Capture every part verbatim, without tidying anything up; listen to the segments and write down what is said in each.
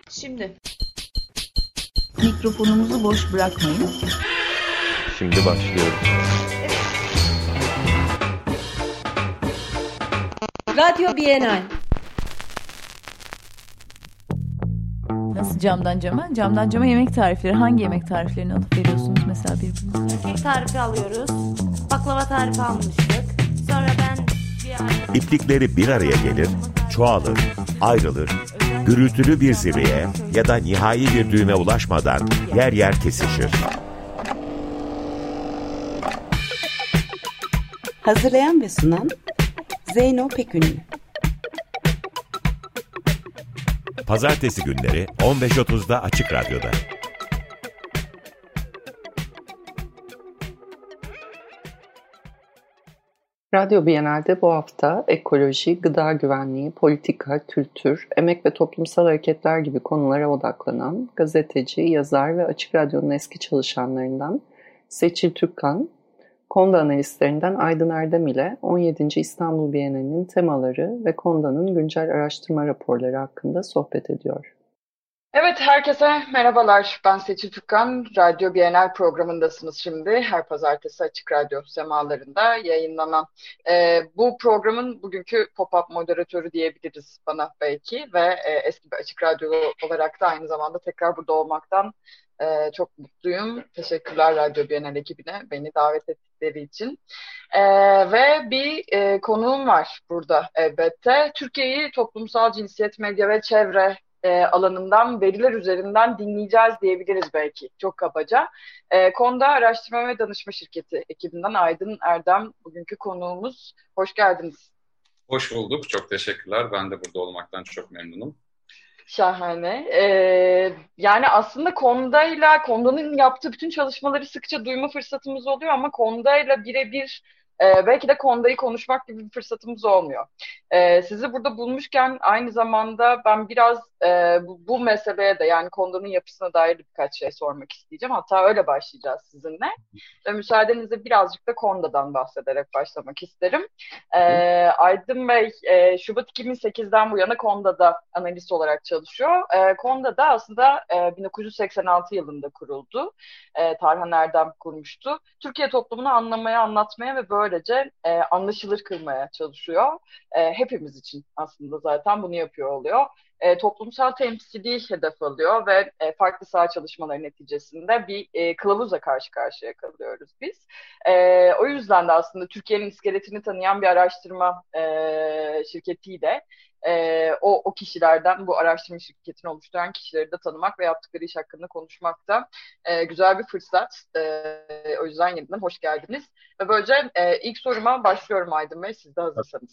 Şimdi. Mikrofonumuzu boş bırakmayın. Şimdi başlıyoruz. Radyo Bienal. Nasıl camdan cama? Camdan cama yemek tarifleri. Hangi yemek tariflerini alıp veriyorsunuz mesela birbirinize? Kek tarifi alıyoruz. Baklava tarifi almıştık. Sonra ben bir ara... İplikleri bir araya gelir, çoğalır, ayrılır, gürültülü bir zirveye ya da nihai bir düğüme ulaşmadan yer yer kesişir. Hazırlayan ve sunan Zeyno Pekünlü. Pazartesi günleri on beş otuzda Açık Radyo'da. Radyo Bienal'de bu hafta ekoloji, gıda güvenliği, politika, kültür, emek ve toplumsal hareketler gibi konulara odaklanan gazeteci, yazar ve Açık Radyo'nun eski çalışanlarından Seçil Türkkan, Konda Analistlerinden Aydın Erdem ile on yedinci İstanbul Bienali'nin temaları ve Konda'nın güncel araştırma raporları hakkında sohbet ediyor. Evet, herkese merhabalar. Ben Seçil Türkkan. Radyo Bienal programındasınız şimdi. Her pazartesi Açık Radyo semalarında yayınlanan. Ee, bu programın bugünkü pop-up moderatörü diyebiliriz bana belki. Ve e, eski bir Açık Radyo olarak da aynı zamanda tekrar burada olmaktan e, çok mutluyum. Teşekkürler Radyo Bienal ekibine beni davet ettikleri için. E, ve bir e, konuğum var burada elbette. Türkiye'yi toplumsal cinsiyet, medya ve çevre E, alanından veriler üzerinden dinleyeceğiz diyebiliriz belki çok kabaca. E, Konda Araştırma ve Danışma Şirketi ekibinden Aydın Erdem bugünkü konuğumuz. Hoş geldiniz. Hoş bulduk. Çok teşekkürler. Ben de burada olmaktan çok memnunum. Şahane. Ee, yani aslında Konda'yla, Konda'nın yaptığı bütün çalışmaları sıkça duyma fırsatımız oluyor ama Konda'yla birebir e, belki de Konda'yı konuşmak gibi bir fırsatımız olmuyor. Ee, sizi burada bulmuşken aynı zamanda ben biraz e, bu, bu meseleye de yani Konda'nın yapısına dair birkaç şey sormak isteyeceğim. Hatta öyle başlayacağız sizinle. Ve müsaadenizle birazcık da Konda'dan bahsederek başlamak isterim. Ee, Aydın Bey, e, Şubat iki bin sekizden bu yana Konda'da analist olarak çalışıyor. E, Konda'da aslında e, bin dokuz yüz seksen altı yılında kuruldu. E, Tarhan Erdem kurmuştu. Türkiye toplumunu anlamaya, anlatmaya ve böylece e, anlaşılır kılmaya çalışıyor. E, hepimiz için aslında zaten bunu yapıyor oluyor. E, toplumsal temsili hedef alıyor ve e, farklı saha çalışmaları neticesinde bir e, kılavuzla karşı karşıya kalıyoruz biz. E, o yüzden de aslında Türkiye'nin iskeletini tanıyan bir araştırma e, şirketiyle e, o, o kişilerden, bu araştırma şirketini oluşturan kişileri de tanımak ve yaptıkları iş hakkında konuşmak da e, güzel bir fırsat. E, o yüzden yeniden hoş geldiniz. Ve böylece e, ilk soruma başlıyorum Aydın Bey, siz de hazırsanız.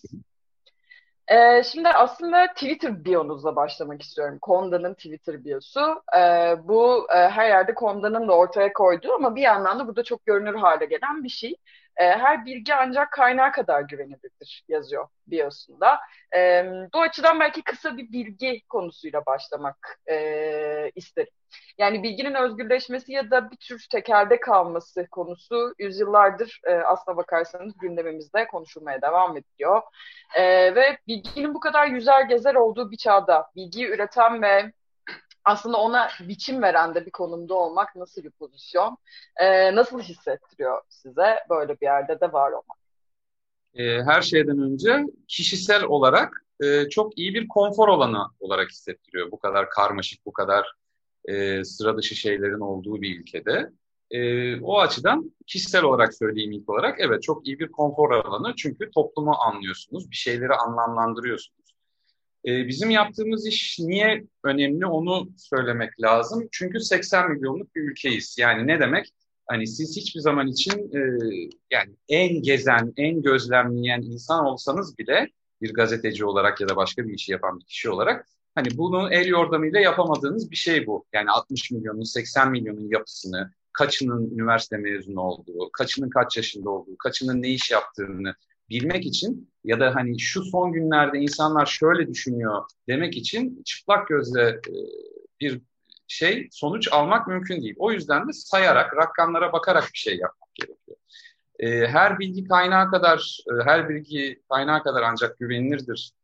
Ee, şimdi aslında Twitter biyonuzla başlamak istiyorum. Konda'nın Twitter biyosu. Ee, bu e, her yerde Konda'nın da ortaya koyduğu ama bir yandan da burada çok görünür hale gelen bir şey. Ee, her bilgi ancak kaynağı kadar güvenilirdir yazıyor biyosunda. Ee, bu açıdan belki kısa bir bilgi konusuyla başlamak e, isterim. Yani bilginin özgürleşmesi ya da bir tür tekelde kalması konusu yüzyıllardır e, aslına bakarsanız gündemimizde konuşulmaya devam ediyor. E, ve bilginin bu kadar yüzer gezer olduğu bir çağda bilgiyi üreten ve aslında ona biçim veren de bir konumda olmak nasıl bir pozisyon? E, nasıl hissettiriyor size böyle bir yerde de var olmak? E, her şeyden önce kişisel olarak e, çok iyi bir konfor alanı olarak hissettiriyor. Bu kadar karmaşık, bu kadar e, sıra dışı şeylerin olduğu bir ülkede. E, o açıdan kişisel olarak söyleyeyim ilk olarak, evet çok iyi bir konfor alanı çünkü toplumu anlıyorsunuz, bir şeyleri anlamlandırıyorsunuz. E, bizim yaptığımız iş niye önemli onu söylemek lazım. Çünkü seksen milyonluk bir ülkeyiz. Yani ne demek? Hani siz hiçbir zaman için e, yani en gezen, en gözlemleyen insan olsanız bile bir gazeteci olarak ya da başka bir işi yapan bir kişi olarak hani bunu el yordamıyla yapamadığınız bir şey bu. Yani altmış milyonun, seksen milyonun yapısını, kaçının üniversite mezunu olduğu, kaçının kaç yaşında olduğu, kaçının ne iş yaptığını bilmek için ya da hani şu son günlerde insanlar şöyle düşünüyor demek için çıplak gözle e, bir şey sonuç almak mümkün değil. O yüzden de sayarak, rakamlara bakarak bir şey yapmak gerekiyor. E, her bilgi kaynağı kadar, e, her bilgi kaynağı kadar ancak güvenilirdir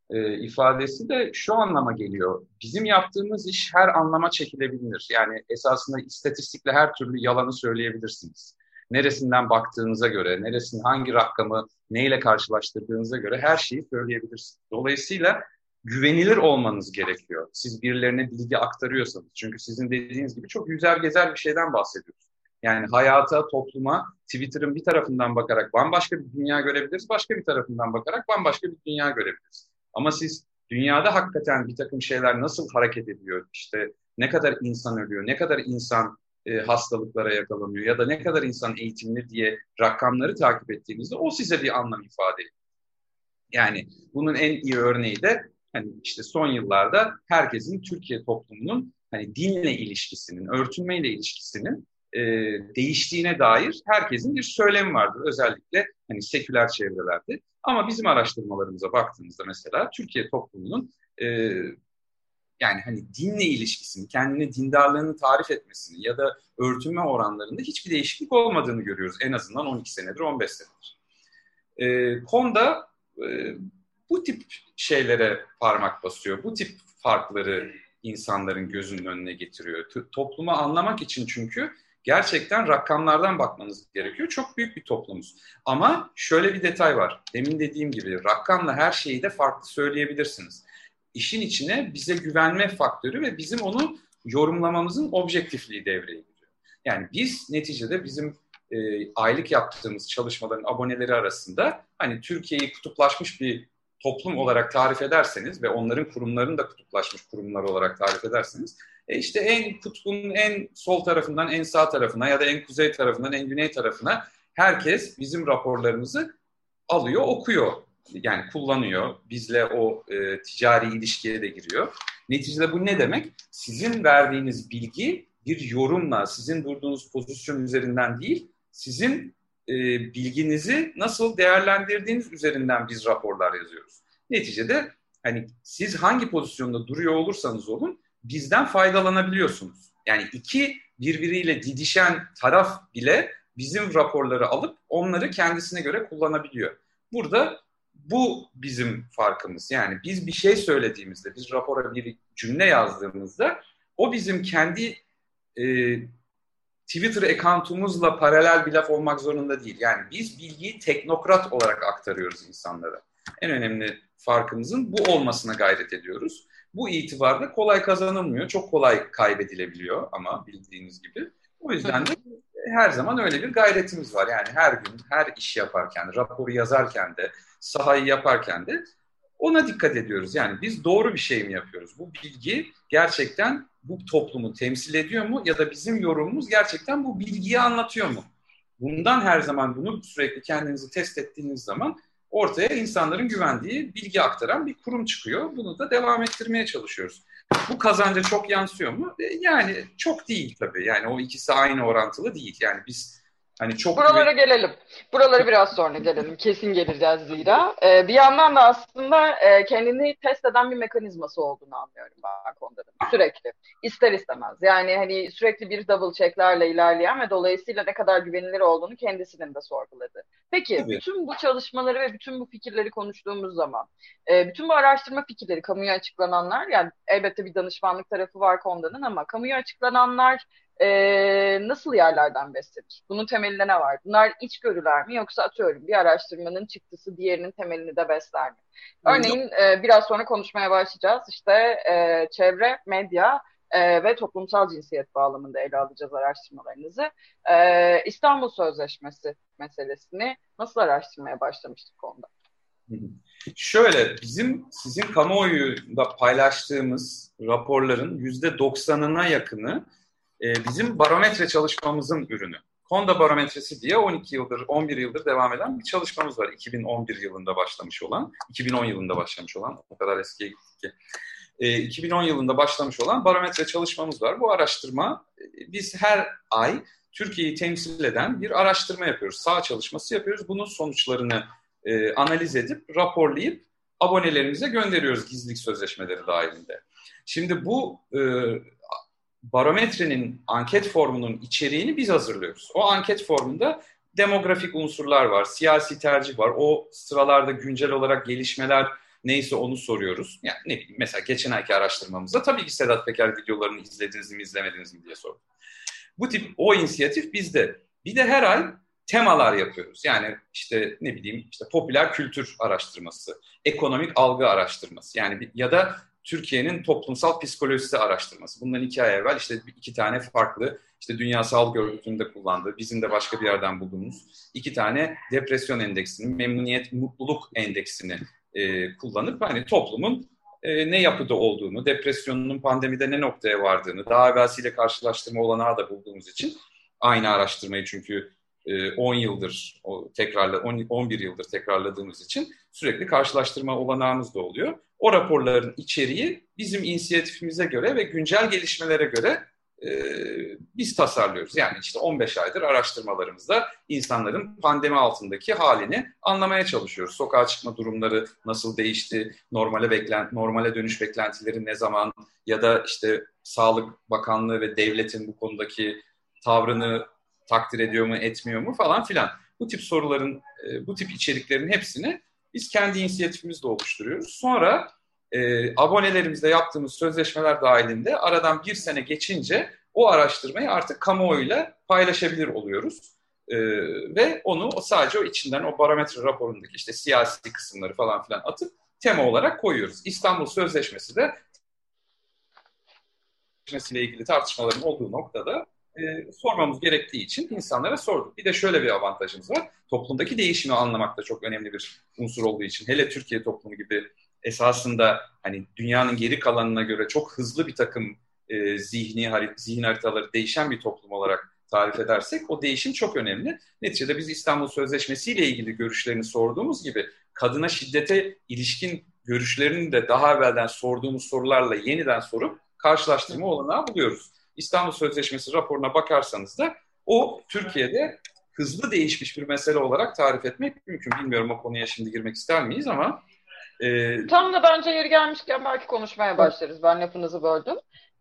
e, ifadesi de şu anlama geliyor. Bizim yaptığımız iş her anlama çekilebilir. Yani esasında istatistikle her türlü yalanı söyleyebilirsiniz. Neresinden baktığınıza göre, neresinin hangi rakamı neyle karşılaştırdığınıza göre her şeyi söyleyebilirsiniz. Dolayısıyla güvenilir olmanız gerekiyor. Siz birilerine bilgi aktarıyorsanız. Çünkü sizin dediğiniz gibi çok yüzer gezer bir şeyden bahsediyoruz. Yani hayata, topluma, Twitter'ın bir tarafından bakarak bambaşka bir dünya görebiliriz, başka bir tarafından bakarak bambaşka bir dünya görebiliriz. Ama siz dünyada hakikaten bir takım şeyler nasıl hareket ediyor, işte ne kadar insan ölüyor, ne kadar insan e, hastalıklara yakalanıyor ya da ne kadar insan eğitimli diye rakamları takip ettiğinizde o size bir anlam ifade ediyor. Yani bunun en iyi örneği de hani işte son yıllarda herkesin Türkiye toplumunun hani dinle ilişkisinin, örtünmeyle ilişkisinin e, değiştiğine dair herkesin bir söylemi vardır. Özellikle hani seküler çevrelerde. Ama bizim araştırmalarımıza baktığımızda mesela Türkiye toplumunun e, yani hani dinle ilişkisini, kendine dindarlığını tarif etmesini ya da örtünme oranlarında hiçbir değişiklik olmadığını görüyoruz. En azından on iki senedir, on beş senedir. E, konuda e, bu tip şeylere parmak basıyor. Bu tip farkları insanların gözünün önüne getiriyor. T- toplumu anlamak için çünkü gerçekten rakamlardan bakmanız gerekiyor. Çok büyük bir toplumuz. Ama şöyle bir detay var. Demin dediğim gibi rakamla her şeyi de farklı söyleyebilirsiniz. İşin içine bize güvenme faktörü ve bizim onu yorumlamamızın objektifliği devreye giriyor. Yani biz neticede bizim e, aylık yaptığımız çalışmaların aboneleri arasında hani Türkiye'yi kutuplaşmış bir toplum olarak tarif ederseniz ve onların kurumlarını da kutuplaşmış kurumlar olarak tarif ederseniz e işte en kutbun en sol tarafından en sağ tarafına ya da en kuzey tarafından en güney tarafına herkes bizim raporlarımızı alıyor, okuyor. Yani kullanıyor. Bizle o e, ticari ilişkiye de giriyor. Neticede bu ne demek? Sizin verdiğiniz bilgi bir yorumla, sizin durduğunuz pozisyon üzerinden değil, sizin e, bilginizi nasıl değerlendirdiğiniz üzerinden biz raporlar yazıyoruz. Neticede hani siz hangi pozisyonda duruyor olursanız olun bizden faydalanabiliyorsunuz. Yani iki birbiriyle didişen taraf bile bizim raporları alıp onları kendisine göre kullanabiliyor. Burada bu bizim farkımız. Yani biz bir şey söylediğimizde, biz rapora bir cümle yazdığımızda o bizim kendi e, Twitter account'umuzla paralel bir laf olmak zorunda değil. Yani biz bilgiyi teknokrat olarak aktarıyoruz insanlara. En önemli farkımızın bu olmasına gayret ediyoruz. Bu itibarda kolay kazanılmıyor. Çok kolay kaybedilebiliyor ama bildiğiniz gibi. O yüzden de her zaman öyle bir gayretimiz var. Yani her gün, her iş yaparken, raporu yazarken de, sahayı yaparken de ona dikkat ediyoruz. Yani biz doğru bir şey mi yapıyoruz? Bu bilgi gerçekten bu toplumu temsil ediyor mu? Ya da bizim yorumumuz gerçekten bu bilgiyi anlatıyor mu? Bundan her zaman bunu sürekli kendinizi test ettiğiniz zaman ortaya insanların güvendiği bilgi aktaran bir kurum çıkıyor. Bunu da devam ettirmeye çalışıyoruz. Bu kazanca çok yansıyor mu? Yani çok değil tabii. Yani o ikisi aynı orantılı değil. Yani biz hani çok... Buralara güven... gelelim. Buralara biraz sonra gelelim. Kesin geleceğiz zira. Ee, bir yandan da aslında e, kendini test eden bir mekanizması olduğunu anlıyorum ben konuda. Sürekli. İster istemez. Yani hani sürekli bir double checklerle ilerleyen ve dolayısıyla ne kadar güvenilir olduğunu kendisinin de sorguladı. Peki tabii. Bütün bu çalışmaları ve bütün bu fikirleri konuştuğumuz zaman e, bütün bu araştırma fikirleri kamuya açıklananlar, yani elbette bir danışmanlık tarafı var konudanın ama kamuya açıklananlar Ee, nasıl yerlerden beslenir? Bunun temelinde ne var? Bunlar içgörüler mi yoksa atıyorum bir araştırmanın çıktısı diğerinin temelini de besler mi? Örneğin e, biraz sonra konuşmaya başlayacağız. İşte e, çevre, medya e, ve toplumsal cinsiyet bağlamında ele alacağız araştırmalarınızı. E, İstanbul Sözleşmesi meselesini nasıl araştırmaya başlamıştık konuda? Şöyle, bizim sizin kamuoyunda paylaştığımız raporların yüzde doksanına yakını bizim barometre çalışmamızın ürünü. Konda barometresi diye on iki yıldır, on bir yıldır devam eden bir çalışmamız var. iki bin on bir yılında başlamış olan, iki bin on yılında başlamış olan, o kadar eskiye gittik ki. iki bin on yılında başlamış olan barometre çalışmamız var. Bu araştırma, biz her ay Türkiye'yi temsil eden bir araştırma yapıyoruz. Saha çalışması yapıyoruz. Bunun sonuçlarını e, analiz edip, raporlayıp abonelerimize gönderiyoruz gizlilik sözleşmeleri dahilinde. Şimdi bu... E, barometrenin anket formunun içeriğini biz hazırlıyoruz. O anket formunda demografik unsurlar var, siyasi tercih var. O sıralarda güncel olarak gelişmeler neyse onu soruyoruz. Yani ne bileyim, mesela geçen ayki araştırmamızda tabii ki Sedat Peker videolarını izlediniz mi izlemediniz mi diye sorduk. Bu tip o inisiyatif bizde. Bir de her ay temalar yapıyoruz. Yani işte ne bileyim işte popüler kültür araştırması, ekonomik algı araştırması yani bir, ya da Türkiye'nin toplumsal psikolojisi araştırması. Bundan iki ay evvel işte iki tane farklı işte Dünya Sağlık Örgütü'nün de kullandığı, bizim de başka bir yerden bulduğumuz iki tane depresyon endeksini, memnuniyet, mutluluk endeksini e, kullanıp hani toplumun e, ne yapıda olduğunu, depresyonun pandemide ne noktaya vardığını, daha evvelsiyle karşılaştırma olanağı da bulduğumuz için aynı araştırmayı çünkü on yıldır o tekrarla on bir yıldır tekrarladığımız için sürekli karşılaştırma olanağımız da oluyor. O raporların içeriği bizim inisiyatifimize göre ve güncel gelişmelere göre e, biz tasarlıyoruz. Yani işte on beş aydır araştırmalarımızda insanların pandemi altındaki halini anlamaya çalışıyoruz. Sokağa çıkma durumları nasıl değişti, normale beklen normale dönüş beklentileri ne zaman ya da işte Sağlık Bakanlığı ve devletin bu konudaki tavrını takdir ediyor mu, etmiyor mu falan filan. Bu tip soruların, bu tip içeriklerin hepsini biz kendi inisiyatifimizle oluşturuyoruz. Sonra e, abonelerimizle yaptığımız sözleşmeler dahilinde aradan bir sene geçince o araştırmayı artık kamuoyuyla paylaşabilir oluyoruz. E, ve onu sadece o içinden o barometre raporundaki işte siyasi kısımları falan filan atıp tema olarak koyuyoruz. İstanbul Sözleşmesi de ile ilgili tartışmaların olduğu noktada E, sormamız gerektiği için insanlara sorduk. Bir de şöyle bir avantajımız var. Toplumdaki değişimi anlamak da çok önemli bir unsur olduğu için. Hele Türkiye toplumu gibi esasında hani dünyanın geri kalanına göre çok hızlı bir takım e, zihni zihin haritaları değişen bir toplum olarak tarif edersek o değişim çok önemli. Neticede biz İstanbul Sözleşmesi ile ilgili görüşlerini sorduğumuz gibi kadına şiddete ilişkin görüşlerini de daha evvelden sorduğumuz sorularla yeniden sorup karşılaştırma olanağı buluyoruz. İstanbul Sözleşmesi raporuna bakarsanız da o Türkiye'de hızlı değişmiş bir mesele olarak tarif etmek mümkün. Bilmiyorum o konuya şimdi girmek ister miyiz ama... E... Tam da bence yeri gelmişken belki konuşmaya başlarız. Ben lafınızı böldüm.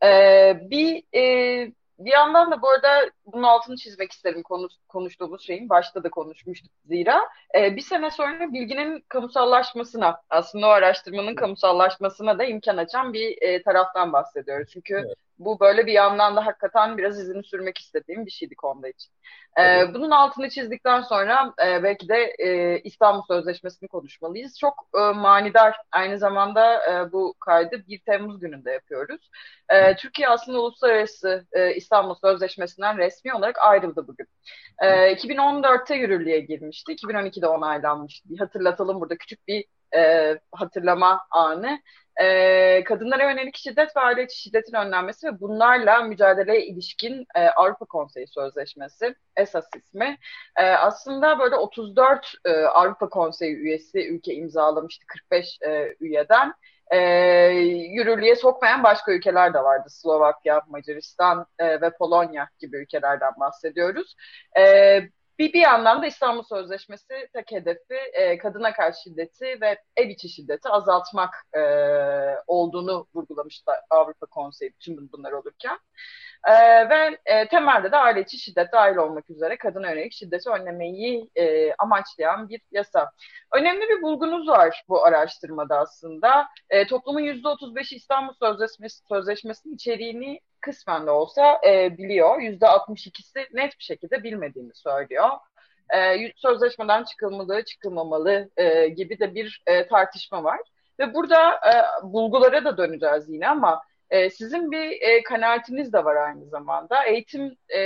Ee, bir e, bir yandan da bu arada bunun altını çizmek isterim konuş, konuştuğumuz şeyin. Başta da konuşmuştuk zira. E, bir sene sonra bilginin kamusallaşmasına, aslında o araştırmanın kamusallaşmasına da imkan açan bir e, taraftan bahsediyoruz. Çünkü evet. Bu böyle bir yandan da hakikaten biraz izini sürmek istediğim bir şeydi konuda için. Ee, evet. Bunun altını çizdikten sonra e, belki de e, İstanbul Sözleşmesi'ni konuşmalıyız. Çok e, manidar. Aynı zamanda e, bu kaydı bir Temmuz gününde yapıyoruz. E, Türkiye aslında uluslararası e, İstanbul Sözleşmesi'nden resmi olarak ayrıldı bugün. E, iki bin on dörtte yürürlüğe girmişti. iki bin on ikide onaylanmıştı. Bir hatırlatalım, burada küçük bir e, hatırlama anı. Ee, kadınlara yönelik şiddet ve aile içi şiddetin önlenmesi ve bunlarla mücadeleye ilişkin e, Avrupa Konseyi Sözleşmesi esas ismi. E, aslında böyle otuz dört e, Avrupa Konseyi üyesi ülke imzalamıştı kırk beş e, üyeden. E, yürürlüğe sokmayan başka ülkeler de vardı. Slovakya, Macaristan e, ve Polonya gibi ülkelerden bahsediyoruz. E, Bir, bir yandan da İstanbul Sözleşmesi tek hedefi e, kadına karşı şiddeti ve ev içi şiddeti azaltmak e, olduğunu vurgulamıştı Avrupa Konseyi bütün bunlar olurken. E, ve e, temelde de aile içi şiddet dahil olmak üzere kadına yönelik şiddeti önlemeyi e, amaçlayan bir yasa. Önemli bir bulgunuz var bu araştırmada aslında. E, toplumun yüzde otuz beşi İstanbul Sözleşmesi, Sözleşmesi'nin içeriğini kısmen de olsa e, biliyor. yüzde altmış ikisi net bir şekilde bilmediğini söylüyor. E, sözleşmeden çıkılmalı, çıkılmamalı e, gibi de bir e, tartışma var. Ve burada e, bulgulara da döneceğiz yine ama e, sizin bir e, kanaatiniz de var aynı zamanda. Eğitim, e,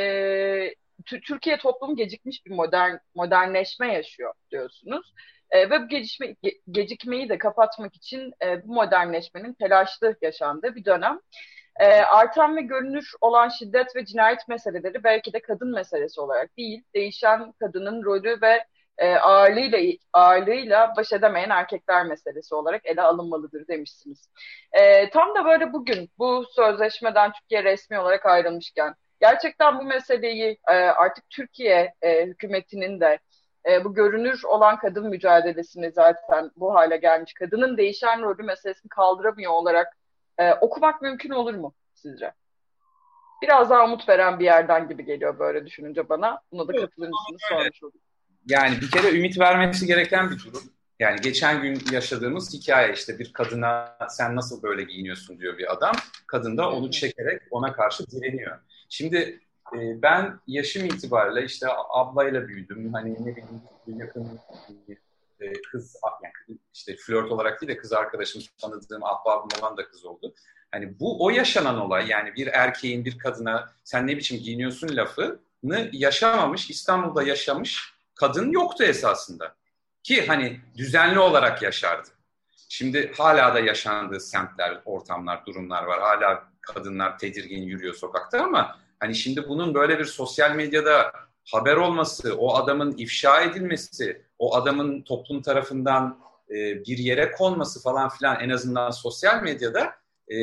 t- Türkiye toplum gecikmiş bir modern modernleşme yaşıyor diyorsunuz. E, ve bu gecikme, ge- gecikmeyi de kapatmak için e, bu modernleşmenin telaşlı yaşandığı bir dönem. E, artan ve görünür olan şiddet ve cinayet meseleleri belki de kadın meselesi olarak değil, değişen kadının rolü ve e, ağırlığıyla, ağırlığıyla baş edemeyen erkekler meselesi olarak ele alınmalıdır demişsiniz. E, tam da böyle bugün bu sözleşmeden Türkiye resmi olarak ayrılmışken gerçekten bu meseleyi e, artık Türkiye e, hükümetinin de e, bu görünür olan kadın mücadelesini zaten bu hale gelmiş kadının değişen rolü meselesini kaldıramıyor olarak Ee, okumak mümkün olur mu sizce? Biraz daha umut veren bir yerden gibi geliyor böyle düşününce bana. Buna da katılır mısınız? Sormuş olayım. Yani bir kere ümit vermesi gereken bir durum. Yani geçen gün yaşadığımız hikaye, işte bir kadına sen nasıl böyle giyiniyorsun diyor bir adam. Kadın da onu çekerek ona karşı direniyor. Şimdi e, ben yaşım itibariyle işte ablayla büyüdüm. Hani ne bileyim yakın bir e, kız, yani işte flört olarak değil de kız arkadaşım, tanıdığım ahbabım olan da kız oldu. Hani bu o yaşanan olay, yani bir erkeğin bir kadına sen ne biçim giyiniyorsun lafını yaşamamış, İstanbul'da yaşamış kadın yoktu esasında. Ki hani düzenli olarak yaşardı. Şimdi hala da yaşandığı semtler, ortamlar, durumlar var. Hala kadınlar tedirgin yürüyor sokakta ama hani şimdi bunun böyle bir sosyal medyada haber olması, o adamın ifşa edilmesi, o adamın toplum tarafından e, bir yere konması falan filan, en azından sosyal medyada e,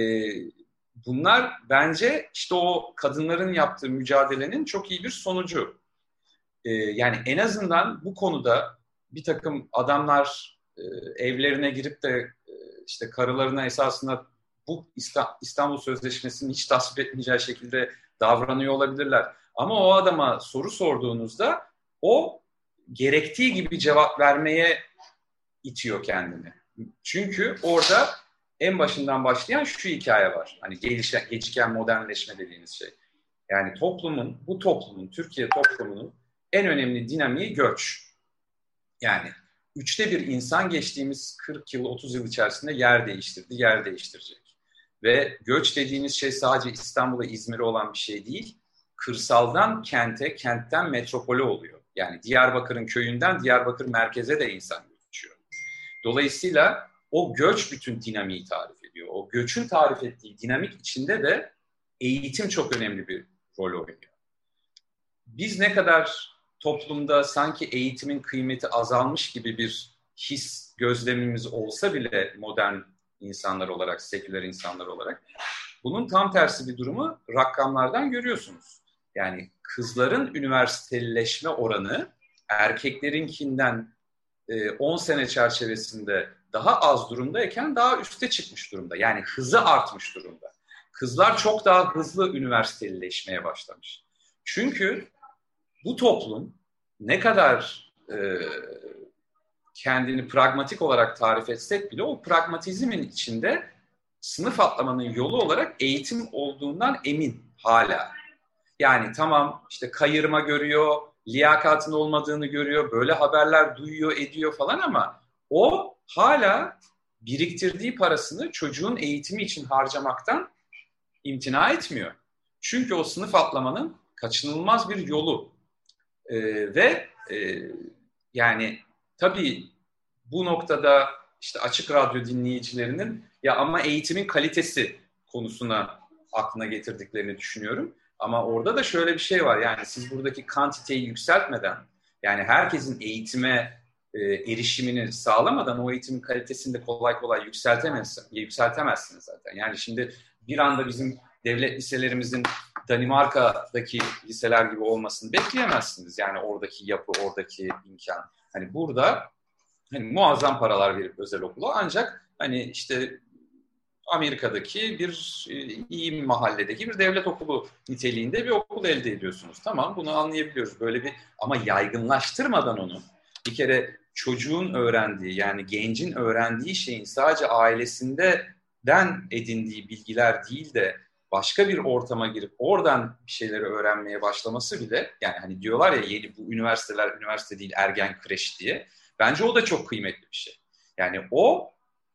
bunlar bence işte o kadınların yaptığı mücadelenin çok iyi bir sonucu. E, yani en azından bu konuda bir takım adamlar e, evlerine girip de e, işte karılarına esasında bu İstanbul Sözleşmesi'nin hiç tasvip etmeyeceği şekilde davranıyor olabilirler. Ama o adama soru sorduğunuzda o gerektiği gibi cevap vermeye itiyor kendini. Çünkü orada en başından başlayan şu hikaye var. Hani gelişen, geciken modernleşme dediğiniz şey. Yani toplumun, bu toplumun, Türkiye toplumunun en önemli dinamiği göç. Yani üçte bir insan geçtiğimiz kırk yıl, otuz yıl içerisinde yer değiştirdi, yer değiştirecek. Ve göç dediğiniz şey sadece İstanbul'a, İzmir'e olan bir şey değil. Kırsaldan kente, kentten metropole oluyor. Yani Diyarbakır'ın köyünden Diyarbakır merkeze de insan göçüyor. Dolayısıyla o göç bütün dinamiği tarif ediyor. O göçün tarif ettiği dinamik içinde de eğitim çok önemli bir rol oynuyor. Biz ne kadar toplumda sanki eğitimin kıymeti azalmış gibi bir his, gözlemimiz olsa bile modern insanlar olarak, seküler insanlar olarak, bunun tam tersi bir durumu rakamlardan görüyorsunuz. Yani kızların üniversiteleşme oranı erkeklerinkinden on sene çerçevesinde daha az durumdayken daha üste çıkmış durumda. Yani hızı artmış durumda. Kızlar çok daha hızlı üniversiteleşmeye başlamış. Çünkü bu toplum ne kadar e, kendini pragmatik olarak tarif etsek bile o pragmatizmin içinde sınıf atlamanın yolu olarak eğitim olduğundan emin hala. Yani tamam işte kayırma görüyor, liyakatın olmadığını görüyor, böyle haberler duyuyor, ediyor falan ama o hala biriktirdiği parasını çocuğun eğitimi için harcamaktan imtina etmiyor. Çünkü o sınıf atlamanın kaçınılmaz bir yolu. Ee, ve e, yani tabii bu noktada işte Açık Radyo dinleyicilerinin ya ama eğitimin kalitesi konusuna aklına getirdiklerini düşünüyorum. Ama orada da şöyle bir şey var. Yani siz buradaki kantiteyi yükseltmeden, yani herkesin eğitime e, erişimini sağlamadan o eğitimin kalitesini de kolay kolay yükseltemezsiniz, yükseltemezsiniz zaten. Yani şimdi bir anda bizim devlet liselerimizin Danimarka'daki liseler gibi olmasını bekleyemezsiniz. Yani oradaki yapı, oradaki imkan. Hani burada hani muazzam paralar verip özel okula, ancak hani işte Amerika'daki bir iyi mahalledeki bir devlet okulu niteliğinde bir okul elde ediyorsunuz. Tamam, bunu anlayabiliyoruz. Böyle bir ama yaygınlaştırmadan onu, bir kere çocuğun öğrendiği, yani gencin öğrendiği şeyin sadece ailesinden edindiği bilgiler değil de başka bir ortama girip oradan bir şeyleri öğrenmeye başlaması bile, yani hani diyorlar ya yeni bu üniversiteler üniversite değil ergen kreş diye. Bence o da çok kıymetli bir şey. Yani o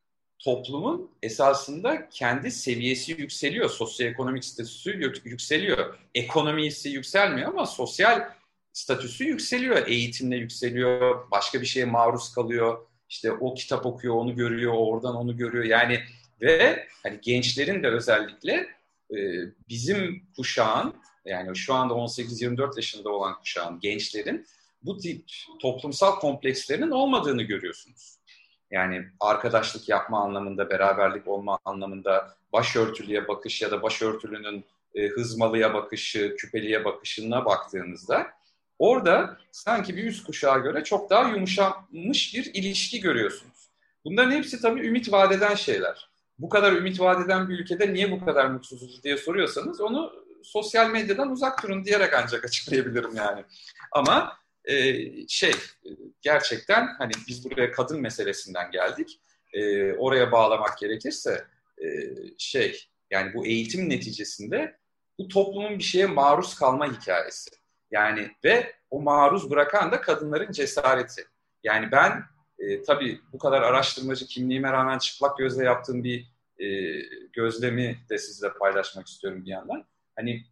toplumun esasında kendi seviyesi yükseliyor. Sosyoekonomik statüsü yükseliyor. Ekonomisi yükselmiyor ama sosyal statüsü yükseliyor. Eğitimle yükseliyor. Başka bir şeye maruz kalıyor. İşte o kitap okuyor, onu görüyor, oradan onu görüyor. Yani ve hani gençlerin de özellikle e, bizim kuşağın, yani şu anda on sekiz yirmi dört yaşında olan kuşağın, gençlerin bu tip toplumsal komplekslerinin olmadığını görüyorsunuz. Yani arkadaşlık yapma anlamında, beraberlik olma anlamında, başörtülüye bakış ya da başörtülünün e, hızmalıya bakışı, küpeliye bakışına baktığınızda orada sanki bir üst kuşağa göre çok daha yumuşamış bir ilişki görüyorsunuz. Bunların hepsi tabii ümit vadeden şeyler. Bu kadar ümit vadeden bir ülkede niye bu kadar mutsuzuz diye soruyorsanız onu sosyal medyadan uzak durun diyerek ancak açıklayabilirim yani. Ama e, şey e, gerçekten hani biz buraya kadın meselesinden geldik. E, oraya bağlamak gerekirse e, şey yani bu eğitim neticesinde bu toplumun bir şeye maruz kalma hikayesi. Yani ve o maruz bırakan da kadınların cesareti. Yani ben e, tabii bu kadar araştırmacı kimliğime rağmen çıplak gözle yaptığım bir e, gözlemi de sizle paylaşmak istiyorum bir yandan. Hani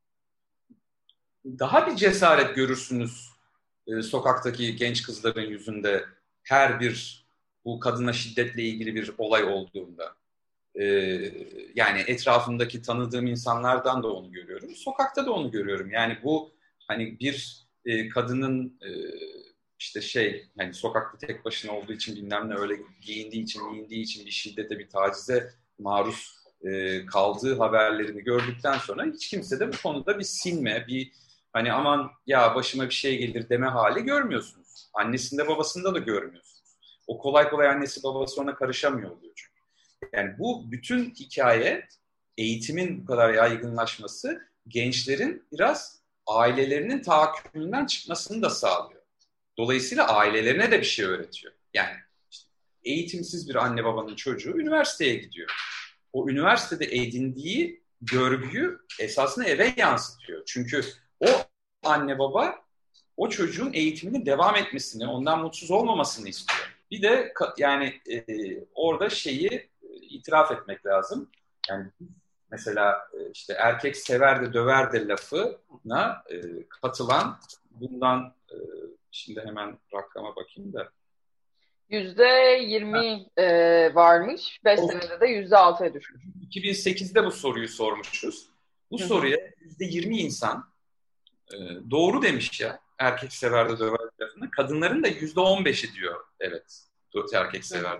daha bir cesaret görürsünüz e, sokaktaki genç kızların yüzünde her bir bu kadına şiddetle ilgili bir olay olduğunda. E, yani etrafımdaki tanıdığım insanlardan da onu görüyorum. Sokakta da onu görüyorum. Yani bu hani bir e, kadının e, işte şey hani sokakta tek başına olduğu için bilmem ne öyle giyindiği için giyindiği için bir şiddete bir tacize maruz e, kaldığı haberlerini gördükten sonra hiç kimse de bu konuda bir sinme bir hani aman ya başıma bir şey gelir deme hali görmüyorsunuz. Annesinde babasında da görmüyorsunuz. O kolay kolay annesi babası ona karışamıyor oluyor çünkü. Yani bu bütün hikaye eğitimin bu kadar yaygınlaşması gençlerin biraz ailelerinin tahakkümünden çıkmasını da sağlıyor. Dolayısıyla ailelerine de bir şey öğretiyor. Yani işte eğitimsiz bir anne babanın çocuğu üniversiteye gidiyor. O üniversitede edindiği görgüyü esasında eve yansıtıyor. Çünkü o anne baba o çocuğun eğitiminin devam etmesini, ondan mutsuz olmamasını istiyor. Bir de yani e, orada şeyi e, itiraf etmek lazım. Yani mesela e, işte erkek sever de döver de lafına e, katılan bundan e, şimdi hemen rakama bakayım da. Yüzde yirmi e, varmış. Beş senede de yüzde altıya düşmüş. iki bin sekizde bu soruyu sormuşuz. Bu Hı-hı. soruya yüzde yirmi insan e, doğru demiş ya. Erkek sever de döver lafını. Kadınların da yüzde on beşi diyor. Evet. Erkek sever.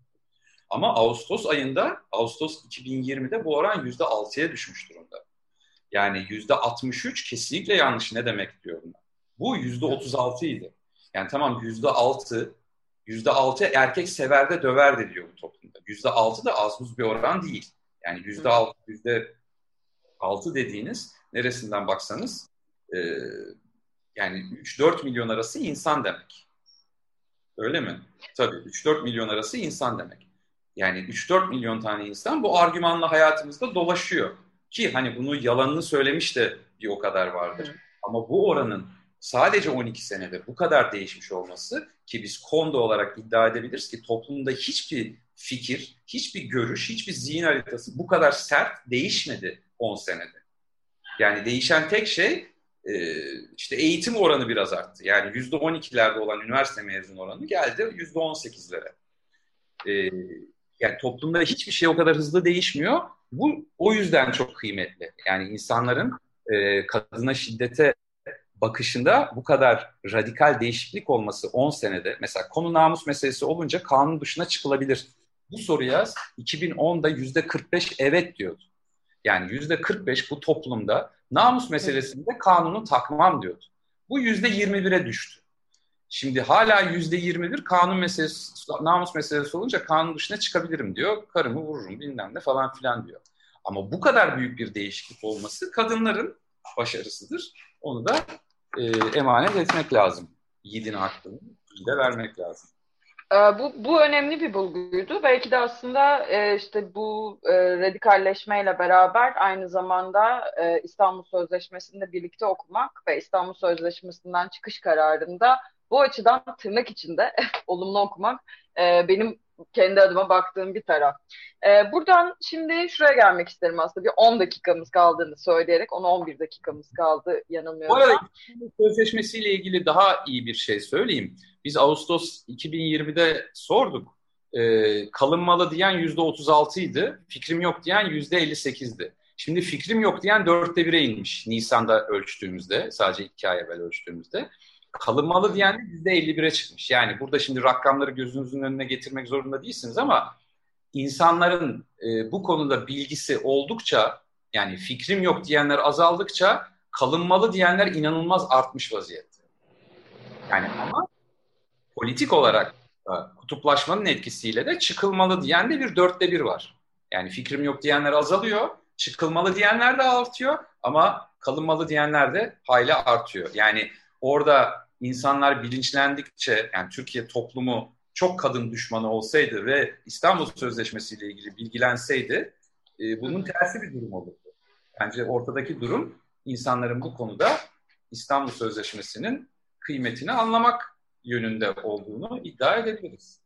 Ama Ağustos ayında, Ağustos iki bin yirmide bu oran yüzde altıya düşmüş durumda. Yani yüzde altmış üç kesinlikle yanlış. Ne demek diyor bunlar. Bu yüzde otuz altı idi. Yani tamam yüzde altı, yüzde altı erkek sever de döver de diyor bu toplumda. Yüzde altı da az buz bir oran değil. Yani yüzde altı, yüzde altı dediğiniz neresinden baksanız e, yani üç dört milyon arası insan demek. Öyle mi? Tabii üç dört milyon arası insan demek. Yani üç dört milyon tane insan bu argümanla hayatımızda dolaşıyor. Ki hani bunu yalanını söylemiş de bir o kadar vardır. Hı. Ama bu oranın sadece on iki senede bu kadar değişmiş olması ki biz kondo olarak iddia edebiliriz ki toplumda hiçbir fikir, hiçbir görüş, hiçbir zihin haritası bu kadar sert değişmedi on senede. Yani değişen tek şey işte eğitim oranı biraz arttı. Yani yüzde on ikilerde olan üniversite mezun oranı geldi yüzde on sekizlere. Yani toplumda hiçbir şey o kadar hızlı değişmiyor. Bu o yüzden çok kıymetli. Yani insanların e, kadına şiddete bakışında bu kadar radikal değişiklik olması on senede. Mesela konu namus meselesi olunca kanun dışına çıkılabilir. Bu soruya iki bin onda yüzde kırk beş evet diyordu. Yani yüzde kırk beş bu toplumda namus meselesinde kanunu takmam diyordu. Bu yüzde yirmi bire düştü. Şimdi hala yüzde yirmi bir kanun meselesi, namus meselesi olunca kanun dışına çıkabilirim diyor. Karımı vururum bilmem ne falan filan diyor. Ama bu kadar büyük bir değişiklik olması kadınların başarısıdır. Onu da e, emanet etmek lazım. Yiğidin hakkını de vermek lazım. Bu, bu önemli bir bulguydu. Belki de aslında e, işte bu e, radikalleşmeyle beraber aynı zamanda e, İstanbul Sözleşmesi'nde birlikte okumak ve İstanbul Sözleşmesi'nden çıkış kararında bu açıdan tırnak içinde olumlu okumak e, benim kendi adıma baktığım bir taraf. E, buradan şimdi şuraya gelmek isterim aslında. Bir on dakikamız kaldığını söyleyerek, on on bir dakikamız kaldı yanılmıyorsam. Bu arada İstanbul Sözleşmesi'yle ilgili daha iyi bir şey söyleyeyim. Biz Ağustos iki bin yirmide sorduk. E, kalınmalı diyen yüzde otuz altıydı. Fikrim yok diyen yüzde elli sekizdi. Şimdi fikrim yok diyen dörtte bire inmiş. Nisan'da ölçtüğümüzde, sadece iki ay evvel ölçtüğümüzde. Kalınmalı diyen de yüzde elli bire çıkmış. Yani burada şimdi rakamları gözünüzün önüne getirmek zorunda değilsiniz ama insanların e, bu konuda bilgisi oldukça, yani fikrim yok diyenler azaldıkça kalınmalı diyenler inanılmaz artmış vaziyette. Yani ama politik olarak kutuplaşmanın etkisiyle de çıkılmalı diyen de bir dörtte bir var. Yani fikrim yok diyenler azalıyor, çıkılmalı diyenler de artıyor ama kalınmalı diyenler de hayli artıyor. Yani orada insanlar bilinçlendikçe, yani Türkiye toplumu çok kadın düşmanı olsaydı ve İstanbul Sözleşmesi ile ilgili bilgilenseydi e, bunun tersi bir durum olurdu. Bence ortadaki durum insanların bu konuda İstanbul Sözleşmesi'nin kıymetini anlamak yönünde olduğunu iddia edebiliriz.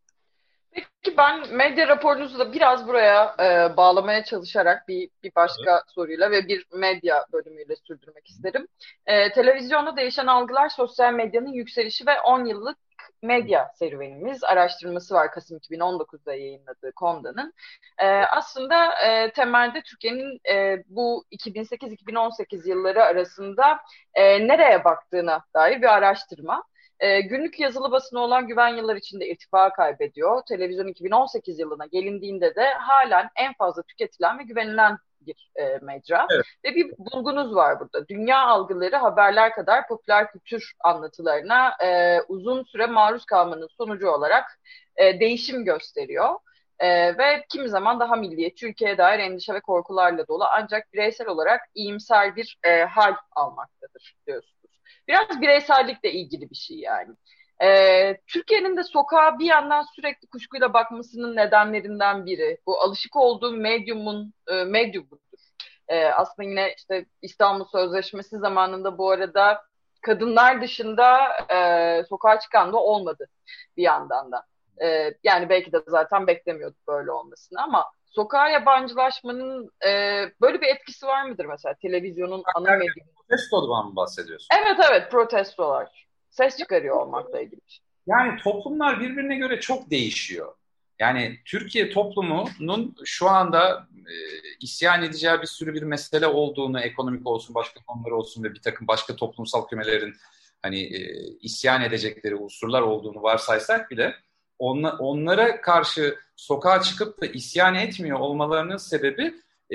Peki ben medya raporunuzu da biraz buraya e, bağlamaya çalışarak bir, bir başka evet. soruyla ve bir medya bölümüyle sürdürmek isterim. E, televizyonda değişen algılar, sosyal medyanın yükselişi ve on yıllık medya serüvenimiz araştırması var Kasım iki bin on dokuzda yayınladığı Konda'nın. E, aslında e, temelde Türkiye'nin e, bu iki bin sekiz iki bin on sekiz yılları arasında e, nereye baktığına dair bir araştırma. E, günlük yazılı basına olan güven yıllar içinde irtifa kaybediyor. Televizyon iki bin on sekiz yılına gelindiğinde de halen en fazla tüketilen ve güvenilen bir e, mecra. Evet. Ve bir bulgunuz var burada. Dünya algıları haberler kadar popüler kültür anlatılarına e, uzun süre maruz kalmanın sonucu olarak e, değişim gösteriyor. E, ve kimi zaman daha milliyetçi, ülkeye dair endişe ve korkularla dolu ancak bireysel olarak iyimser bir e, hal almaktadır diyorsunuz. Biraz bireysellikle ilgili bir şey yani. Ee, Türkiye'nin de sokağa bir yandan sürekli kuşkuyla bakmasının nedenlerinden biri. Bu alışık olduğu medyumun e, medyumudur. Ee, aslında yine işte İstanbul Sözleşmesi zamanında bu arada kadınlar dışında e, sokağa çıkan da olmadı bir yandan da. Ee, yani belki de zaten beklemiyorduk böyle olmasını ama sokağa yabancılaşmanın e, böyle bir etkisi var mıdır mesela televizyonun ana medyumu? Protestodan mı bahsediyorsun? Evet evet protestolar. Ses çıkarıyor olmakla ilgili. Yani toplumlar birbirine göre çok değişiyor. Yani Türkiye toplumunun şu anda e, isyan edeceği bir sürü bir mesele olduğunu, ekonomik olsun, başka konular olsun ve bir takım başka toplumsal kümelerin hani e, isyan edecekleri unsurlar olduğunu varsaysak bile onla, onlara karşı sokağa çıkıp da isyan etmiyor olmalarının sebebi e,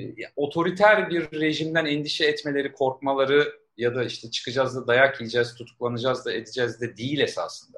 otoriter bir rejimden endişe etmeleri, korkmaları ya da işte çıkacağız da dayak yiyeceğiz, tutuklanacağız da edeceğiz de değil esasında.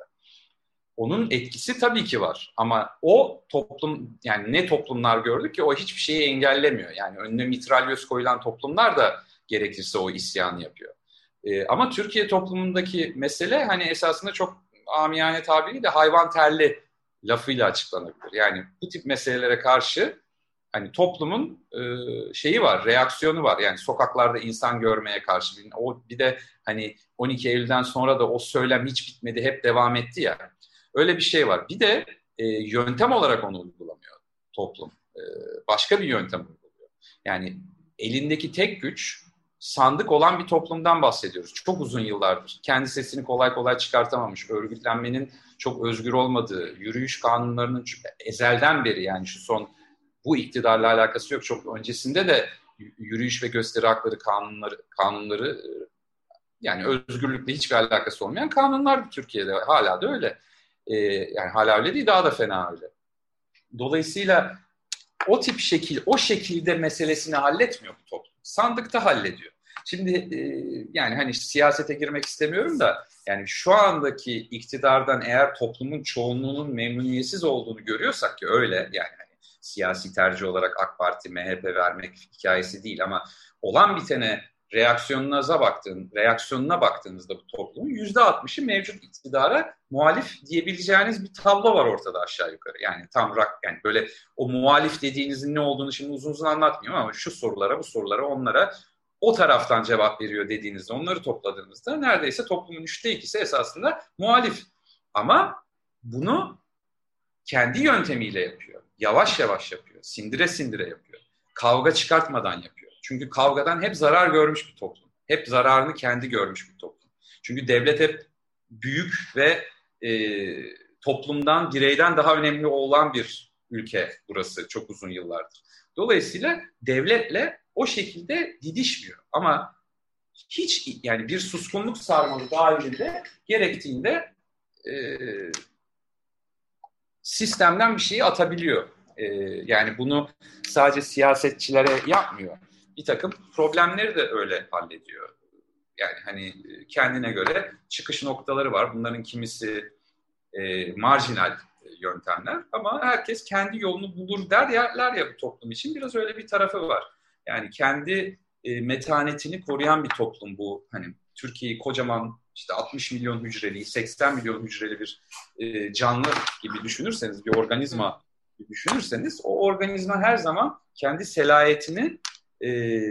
Onun etkisi tabii ki var ama o toplum, yani ne toplumlar gördük ki o hiçbir şeyi engellemiyor. Yani önüne mitralyöz koyulan toplumlar da gerekirse o isyanı yapıyor. Ee, ama Türkiye toplumundaki mesele hani esasında çok amiyane tabiriyle hayvan terli lafıyla açıklanabilir. Yani bu tip meselelere karşı hani toplumun e, şeyi var, reaksiyonu var. Yani sokaklarda insan görmeye karşı. O bir de hani on iki Eylül'den sonra da o söylem hiç bitmedi, hep devam etti ya. Öyle bir şey var. Bir de e, yöntem olarak onu uygulamıyor toplum. E, başka bir yöntem uyguluyor. Yani elindeki tek güç sandık olan bir toplumdan bahsediyoruz. Çok uzun yıllardır. Kendi sesini kolay kolay çıkartamamış, örgütlenmenin çok özgür olmadığı, yürüyüş kanunlarının ezelden beri yani şu son bu iktidarla alakası yok. Çok öncesinde de yürüyüş ve gösteri hakları kanunları, kanunları yani özgürlükle hiçbir alakası olmayan kanunlar Türkiye'de. Hala da öyle. Ee, yani hala öyle değil, daha da fena öyle. Dolayısıyla o tip şekil, o şekilde meselesini halletmiyor bu toplum. Sandıkta hallediyor. Şimdi e, yani hani siyasete girmek istemiyorum da yani şu andaki iktidardan eğer toplumun çoğunluğunun memnuniyetsiz olduğunu görüyorsak ki öyle yani hani siyasi tercih olarak AK Parti, M H P vermek hikayesi değil ama olan bitene reaksiyonuna baktığın, reaksiyonuna baktığınızda bu toplumun yüzde altmışı mevcut iktidara muhalif diyebileceğiniz bir tablo var ortada aşağı yukarı. Yani tam rak, yani böyle o muhalif dediğinizin ne olduğunu şimdi uzun uzun anlatmıyorum ama şu sorulara, bu sorulara, onlara o taraftan cevap veriyor dediğinizde, onları topladığınızda neredeyse toplumun üçte ikisi esasında muhalif. Ama bunu kendi yöntemiyle yapıyor. Yavaş yavaş yapıyor. Sindire sindire yapıyor. Kavga çıkartmadan yapıyor. Çünkü kavgadan hep zarar görmüş bir toplum. Hep zararını kendi görmüş bir toplum. Çünkü devlet hep büyük ve e, toplumdan, bireyden daha önemli olan bir ülke burası çok uzun yıllardır. Dolayısıyla devletle o şekilde didişmiyor. Ama hiç yani bir suskunluk sarmalı dahilinde gerektiğinde e, sistemden bir şeyi atabiliyor. Ee, yani bunu sadece siyasetçilere yapmıyor. Bir takım problemleri de öyle hallediyor. Yani hani kendine göre çıkış noktaları var. Bunların kimisi e, marjinal yöntemler ama herkes kendi yolunu bulur derler ya bu toplum için. Biraz öyle bir tarafı var. Yani kendi e, metanetini koruyan bir toplum bu. Hani Türkiye'yi kocaman işte altmış milyon hücreli, seksen milyon hücreli bir e, canlı gibi düşünürseniz, bir organizma gibi düşünürseniz, o organizma her zaman kendi selayetini e,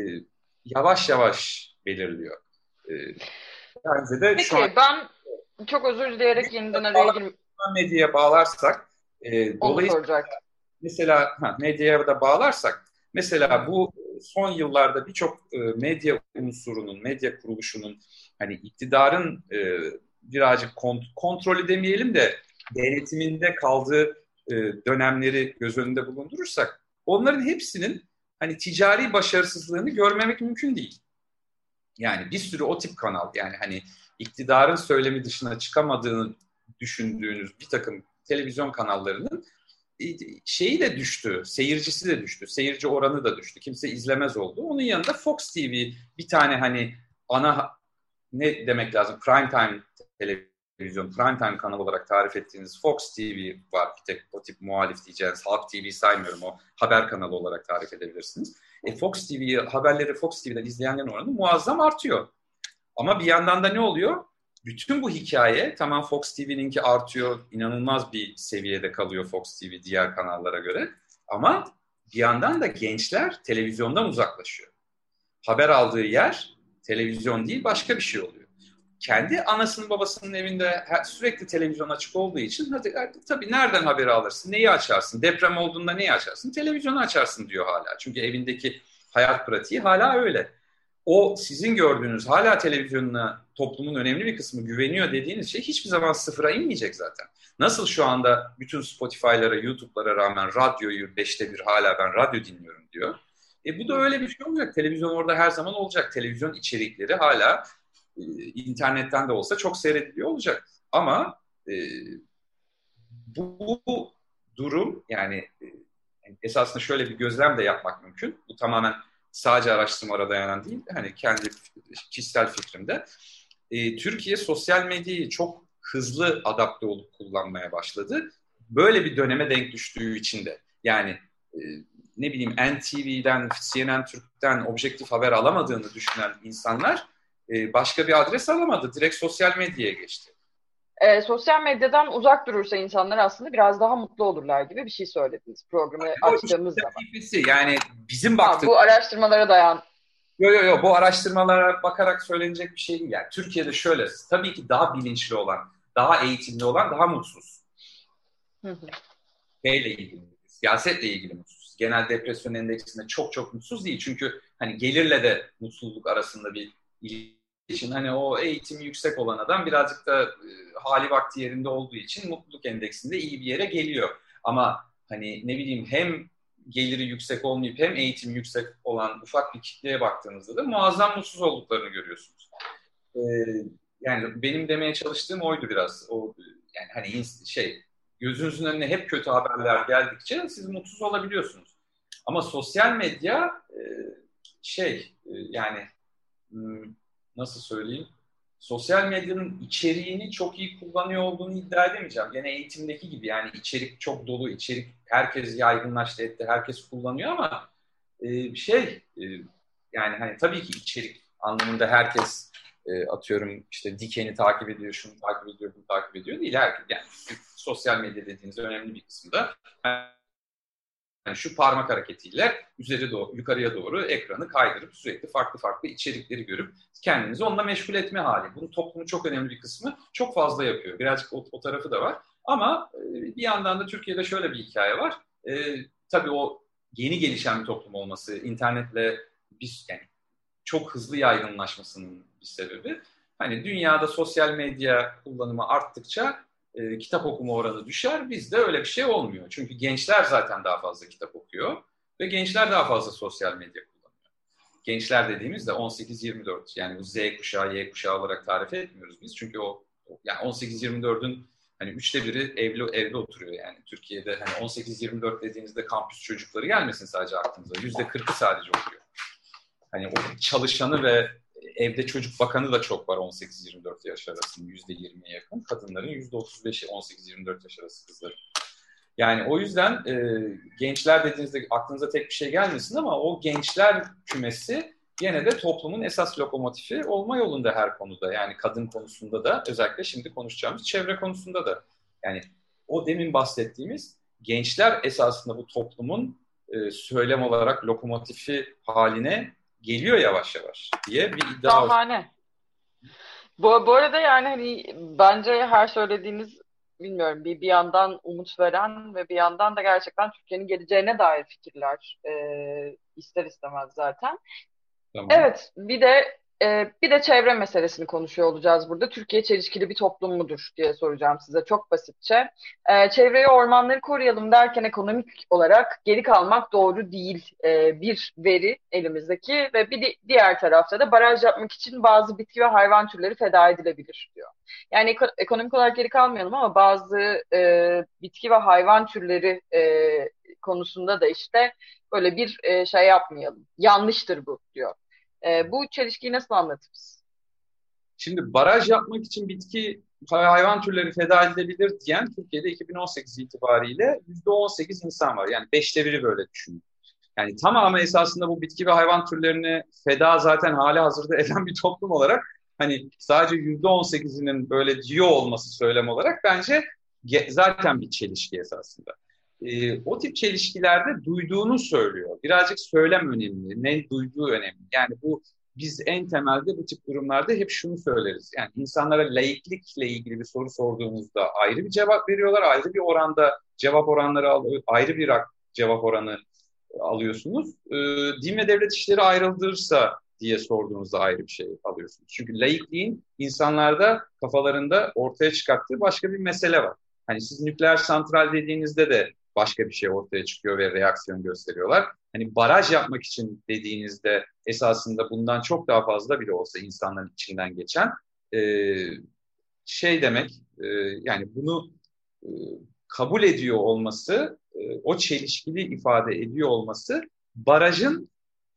yavaş yavaş belirliyor. E, bence de Peki şu an, ben çok özür dileyerek yeniden araya girmek medyaya bağlarsak, e, onu dolayısıyla soracaktım. mesela ha, medyaya da bağlarsak, mesela bu son yıllarda birçok e, medya unsurunun, medya kuruluşunun hani iktidarın e, birazcık kont- kontrolü demeyelim de denetiminde kaldığı e, dönemleri göz önünde bulundurursak, onların hepsinin hani ticari başarısızlığını görmemek mümkün değil. Yani bir sürü o tip kanal, yani hani iktidarın söylemi dışına çıkamadığını düşündüğünüz bir takım televizyon kanallarının şeyi de düştü, seyircisi de düştü, seyirci oranı da düştü. Kimse izlemez oldu. Onun yanında Fox T V bir tane hani ana, ne demek lazım, prime time televizyon, prime time kanal olarak tarif ettiğiniz Fox T V var. Bir tek o tip muhalif diyeceğiz. Halk T V saymıyorum, o haber kanalı olarak tarif edebilirsiniz. E, Fox T V haberleri Fox T V'den izleyenlerin oranı muazzam artıyor. Ama bir yandan da ne oluyor? Bütün bu hikaye, tamam Fox T V'ninki artıyor, inanılmaz bir seviyede kalıyor Fox T V diğer kanallara göre. Ama bir yandan da gençler televizyondan uzaklaşıyor. Haber aldığı yer televizyon değil, başka bir şey oluyor. Kendi anasının babasının evinde sürekli televizyon açık olduğu için, hadi, hadi tabii nereden haberi alırsın, neyi açarsın, deprem olduğunda neyi açarsın, televizyonu açarsın diyor hala. Çünkü evindeki hayat pratiği hala öyle. O sizin gördüğünüz, hala televizyonuna toplumun önemli bir kısmı güveniyor dediğiniz şey hiçbir zaman sıfıra inmeyecek zaten. Nasıl şu anda bütün Spotify'lara, YouTube'lara rağmen radyoyu beşte bir hala ben radyo dinliyorum diyor. E bu da öyle bir şey olacak. Televizyon orada her zaman olacak. Televizyon içerikleri hala e, internetten de olsa çok seyrediliyor olacak. Ama e, bu, bu durum, yani e, esasında şöyle bir gözlem de yapmak mümkün. Bu tamamen sadece araştırmalara dayanan değil, hani kendi kişisel fikrimde. E, Türkiye sosyal medyayı çok hızlı adapte olup kullanmaya başladı. Böyle bir döneme denk düştüğü için de. Yani e, ne bileyim N T V'den, C N N Türk'ten objektif haber alamadığını düşünen insanlar e, başka bir adres alamadı. Direkt sosyal medyaya geçti. E, sosyal medyadan uzak durursa insanlar aslında biraz daha mutlu olurlar gibi bir şey söylediniz programı O açtığımız işte zaman. tipisi, yani bizim Ha, baktığımız... bu araştırmalara dayan. Yok yok yok, bu araştırmalara bakarak söylenecek bir şey değil. Yani Türkiye'de şöyle, tabii ki daha bilinçli olan, daha eğitimli olan daha mutsuz. Hı hı. Şeyle ilgili, siyasetle ilgili mutsuz. Genel depresyon endeksinde çok çok mutsuz değil. Çünkü hani gelirle de mutsuzluk arasında bir ilişkin. Hani o eğitimi yüksek olan adam birazcık da e, hali vakti yerinde olduğu için mutluluk endeksinde iyi bir yere geliyor. Ama hani ne bileyim, hem geliri yüksek olmayıp hem eğitimi yüksek olan ufak bir kitleye baktığınızda da muazzam mutsuz olduklarını görüyorsunuz. Ee, yani benim demeye çalıştığım oydu biraz. O yani hani şey, gözünüzün önüne hep kötü haberler geldikçe siz mutsuz olabiliyorsunuz. Ama sosyal medya e, şey e, yani nasıl söyleyeyim? Sosyal medyanın içeriğini çok iyi kullanıyor olduğunu iddia edemeyeceğim. Gene eğitimdeki gibi, yani içerik çok dolu, içerik herkes yaygınlaştı etti, herkes kullanıyor ama e, şey e, yani hani tabii ki içerik anlamında herkes e, atıyorum işte Diken'i takip ediyor, şunu takip ediyor, bunu takip ediyor değil. Herkes, yani sosyal medya dediğiniz önemli bir kısmı da yani şu parmak hareketiyle üzeri doğru, yukarıya doğru ekranı kaydırıp sürekli farklı farklı içerikleri görüp kendinizi onunla meşgul etme hali. Bunun toplumun çok önemli bir kısmı çok fazla yapıyor. Birazcık o, o tarafı da var. Ama e, bir yandan da Türkiye'de şöyle bir hikaye var. E, tabii o yeni gelişen bir toplum olması, internetle biz yani çok hızlı yaygınlaşmasının bir sebebi. Hani dünyada sosyal medya kullanımı arttıkça E, kitap okuma oranı düşer. Bizde öyle bir şey olmuyor. Çünkü gençler zaten daha fazla kitap okuyor ve gençler daha fazla sosyal medya kullanıyor. Gençler dediğimizde on sekiz yirmi dört, yani bu Z kuşağı, Y kuşağı olarak tarif etmiyoruz biz. Çünkü o yani on sekiz yirmi dördün hani üçte biri evli evde oturuyor yani. Türkiye'de hani on sekiz yirmi dört dediğinizde kampüs çocukları gelmesin sadece aklınıza. yüzde kırkı sadece okuyor. Hani o çalışanı ve evde çocuk bakanı da çok var on sekiz yirmi dört yaş arasında, yüzde yirmiye yakın. Kadınların yüzde otuz beşi on sekiz yirmi dört yaş arası kızları. Yani o yüzden e, gençler dediğinizde aklınıza tek bir şey gelmesin ama o gençler kümesi gene de toplumun esas lokomotifi olma yolunda her konuda. Yani kadın konusunda da, özellikle şimdi konuşacağımız çevre konusunda da. Yani o demin bahsettiğimiz gençler esasında bu toplumun e, söylem olarak lokomotifi haline geliyor yavaş yavaş diye bir iddia var. Şahane. Bu, bu arada yani hani bence her söylediğiniz, bilmiyorum, bir bir yandan umut veren ve bir yandan da gerçekten Türkiye'nin geleceğine dair fikirler e, ister istemez zaten. Tamam. Evet, bir de e, bir de çevre meselesini konuşuyor olacağız burada. Türkiye çelişkili bir toplum mudur diye soracağım size çok basitçe. E, çevreyi, ormanları koruyalım derken ekonomik olarak geri kalmak doğru değil. E, bir veri elimizdeki ve bir di- diğer tarafta da baraj yapmak için bazı bitki ve hayvan türleri feda edilebilir diyor. Yani eko- ekonomik olarak geri kalmayalım ama bazı e, bitki ve hayvan türleri e, konusunda da işte böyle bir e, şey yapmayalım. Yanlıştır bu diyor. E, bu çelişkiyi nasıl anlatırız? Şimdi baraj yapmak için bitki hayvan türleri feda edilebilir diyen Türkiye'de iki bin on sekiz itibariyle yüzde on sekiz insan var. Yani beşte biri böyle düşünüyor. Yani tamamı esasında bu bitki ve hayvan türlerini feda zaten hali hazırda eden bir toplum olarak, hani sadece yüzde on sekizinin böyle diyor olması söylem olarak bence zaten bir çelişki esasında. Ee, o tip çelişkilerde duyduğunu söylüyor. Birazcık söylem önemli, ne duyduğu önemli. Yani bu, biz en temelde bu tip durumlarda hep şunu söyleriz. Yani insanlara laiklikle ilgili bir soru sorduğunuzda ayrı bir cevap veriyorlar, ayrı bir oranda cevap oranları alıyor, ayrı bir cevap oranı alıyorsunuz. E, din ve devlet işleri ayrıldırsa diye sorduğunuzda ayrı bir şey alıyorsunuz. Çünkü laikliğin insanlarda, kafalarında ortaya çıkarttığı başka bir mesele var. Hani siz nükleer santral dediğinizde de başka bir şey ortaya çıkıyor ve reaksiyon gösteriyorlar. Hani baraj yapmak için dediğinizde esasında bundan çok daha fazla bile olsa insanların içinden geçen e, şey demek, e, yani bunu e, kabul ediyor olması, e, o çelişkili ifade ediyor olması, barajın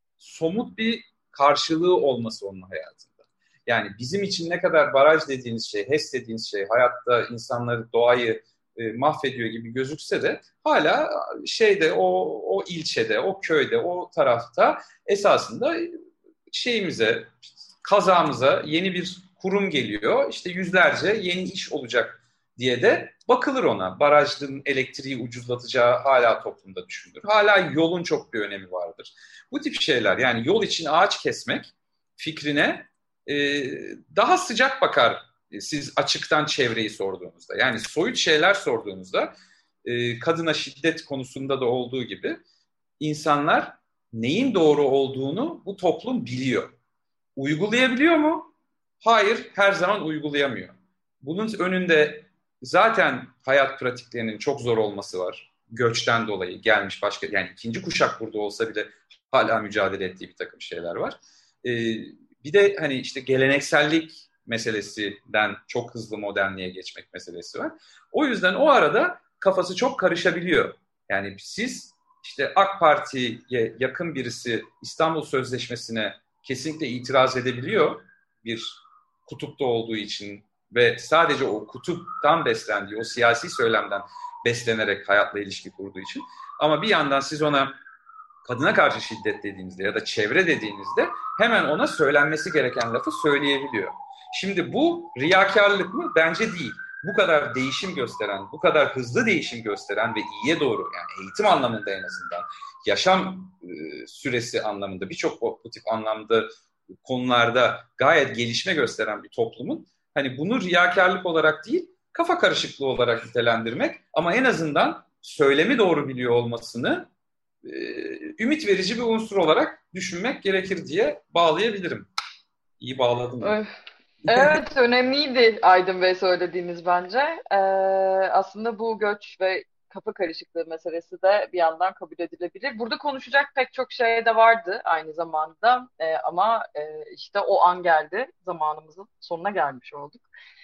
somut bir karşılığı olması onun hayatında. Yani bizim için ne kadar baraj dediğiniz şey, HES dediğiniz şey hayatta insanları, doğayı e, mahvediyor gibi gözükse de hala şeyde, o, o ilçede, o köyde, o tarafta esasında şeyimize, kazamıza yeni bir kurum geliyor. İşte yüzlerce yeni iş olacak diye de bakılır ona. Barajın elektriği ucuzlatacağı hala toplumda düşünülür. Hala yolun çok bir önemi vardır. Bu tip şeyler, yani yol için ağaç kesmek fikrine e, daha sıcak bakar siz açıktan çevreyi sorduğunuzda. Yani soyut şeyler sorduğunuzda, e, kadına şiddet konusunda da olduğu gibi, insanlar neyin doğru olduğunu bu toplum biliyor. Uygulayabiliyor mu? Hayır, her zaman uygulayamıyor. Bunun önünde zaten hayat pratiklerinin çok zor olması var. Göçten dolayı gelmiş başka, yani ikinci kuşak burada olsa bile hala mücadele ettiği bir takım şeyler var. Ee, bir de hani işte geleneksellik meselesinden çok hızlı modernliğe geçmek meselesi var. O yüzden o arada kafası çok karışabiliyor. Yani siz işte AK Parti'ye yakın birisi İstanbul Sözleşmesi'ne kesinlikle itiraz edebiliyor bir kutupta olduğu için ve sadece o kutuptan beslendiği, o siyasi söylemden beslenerek hayatla ilişki kurduğu için. Ama bir yandan siz ona kadına karşı şiddet dediğinizde ya da çevre dediğinizde hemen ona söylenmesi gereken lafı söyleyebiliyor. Şimdi bu riyakarlık mı? Bence değil. Bu kadar değişim gösteren, bu kadar hızlı değişim gösteren ve iyiye doğru, yani eğitim anlamında en azından, yaşam e, süresi anlamında, birçok bu, bu tip anlamda konularda gayet gelişme gösteren bir toplumun, hani bunu riyakarlık olarak değil, kafa karışıklığı olarak nitelendirmek, ama en azından söylemi doğru biliyor olmasını e, ümit verici bir unsur olarak düşünmek gerekir diye bağlayabilirim. İyi bağladım. Öf. Evet, önemliydi Aydın Bey söylediğiniz bence. Ee, aslında bu göç ve kafa karışıklığı meselesi de bir yandan kabul edilebilir. Burada konuşacak pek çok şey de vardı aynı zamanda. Ee, ama e, işte o an geldi. Zamanımızın sonuna gelmiş olduk.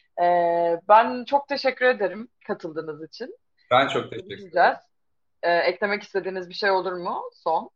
Ee, ben çok teşekkür ederim katıldığınız için. Ben çok teşekkür ederim. Ee, eklemek istediğiniz bir şey olur mu son?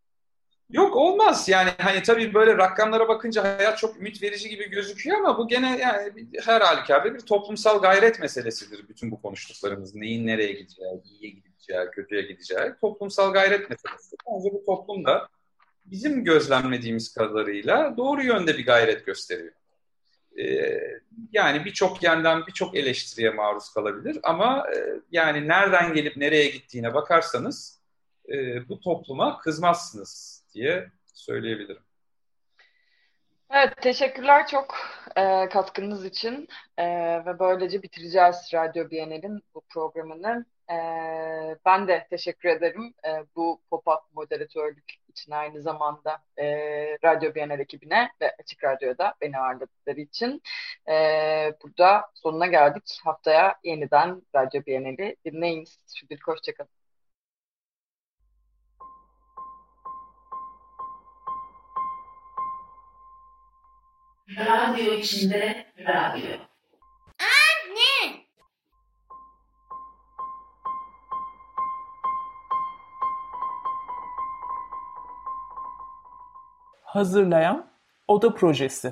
Yok, olmaz. Yani hani tabii böyle rakamlara bakınca hayat çok ümit verici gibi gözüküyor ama bu gene yani her halükarda bir toplumsal gayret meselesidir bütün bu konuştuklarımız. Neyin nereye gideceği, iyiye gideceği, kötüye gideceği toplumsal gayret meselesi. Bence bu toplum da bizim gözlemlediğimiz kadarıyla doğru yönde bir gayret gösteriyor. Ee, yani birçok yandan birçok eleştiriye maruz kalabilir ama e, yani nereden gelip nereye gittiğine bakarsanız e, bu topluma kızmazsınız diye söyleyebilirim. Evet, teşekkürler çok e, katkınız için E, ve böylece bitireceğiz Radyo Bienal'in bu programını. E, ben de teşekkür ederim e, bu pop-up moderatörlük için aynı zamanda e, Radyo Bienal ekibine ve Açık Radyo'da beni ağırladıkları için. E, burada sonuna geldik. Haftaya yeniden Radyo Bienal'i dinleyiniz. Şimdilik hoşçakalın. Radyo içinde radyo. Anne! Hazırlayan Oda Projesi.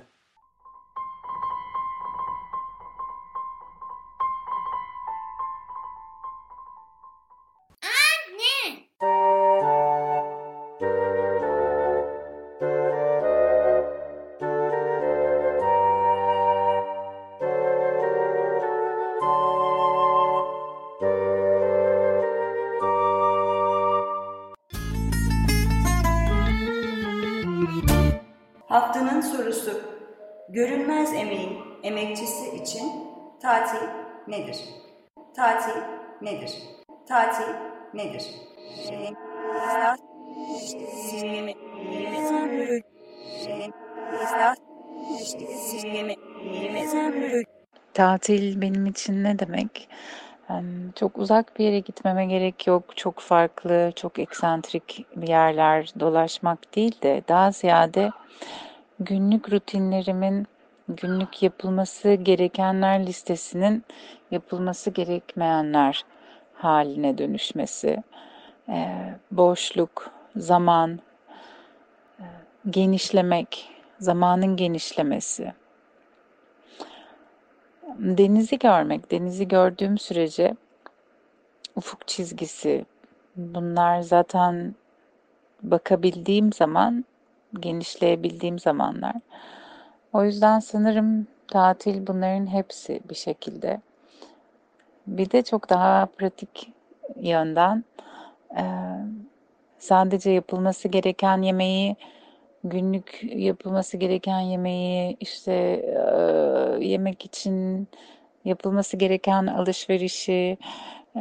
Anne! Haftanın sorusu: görünmez emeğin emekçisi için tatil nedir? Tatil nedir? Tatil nedir? Tatil benim için ne demek? Yani çok uzak bir yere gitmeme gerek yok. Çok farklı, çok eksantrik bir yerler dolaşmak değil de daha ziyade günlük rutinlerimin, günlük yapılması gerekenler listesinin yapılması gerekmeyenler haline dönüşmesi. Ee, boşluk, zaman, e, genişlemek, zamanın genişlemesi. Denizi görmek, denizi gördüğüm sürece ufuk çizgisi, bunlar zaten bakabildiğim zaman, genişleyebildiğim zamanlar. O yüzden sanırım tatil bunların hepsi bir şekilde. Bir de çok daha pratik yönden e, sadece yapılması gereken yemeği, günlük yapılması gereken yemeği, işte e, yemek için yapılması gereken alışverişi, e,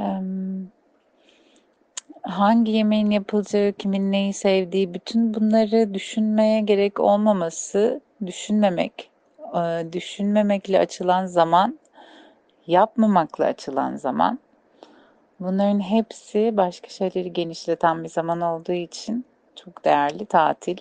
hangi yemeğin yapılacağı, kimin neyi sevdiği, bütün bunları düşünmeye gerek olmaması, düşünmemek, e, düşünmemekle açılan zaman, yapmamakla açılan zaman, bunların hepsi başka şeyleri genişleten bir zaman olduğu için çok değerli tatil.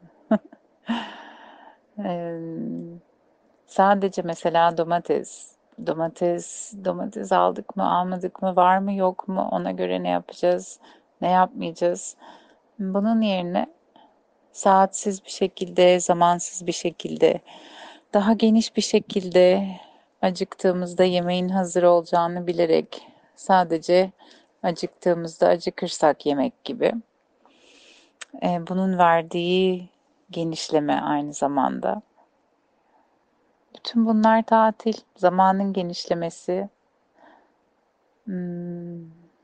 Ee, sadece mesela domates, domates, domates aldık mı, almadık mı, var mı, yok mu, ona göre ne yapacağız, ne yapmayacağız. Bunun yerine saatsiz bir şekilde, zamansız bir şekilde, daha geniş bir şekilde acıktığımızda yemeğin hazır olacağını bilerek sadece acıktığımızda acıkırsak yemek gibi. Ee, bunun verdiği genişleme aynı zamanda. Bütün bunlar tatil, zamanın genişlemesi. Hmm.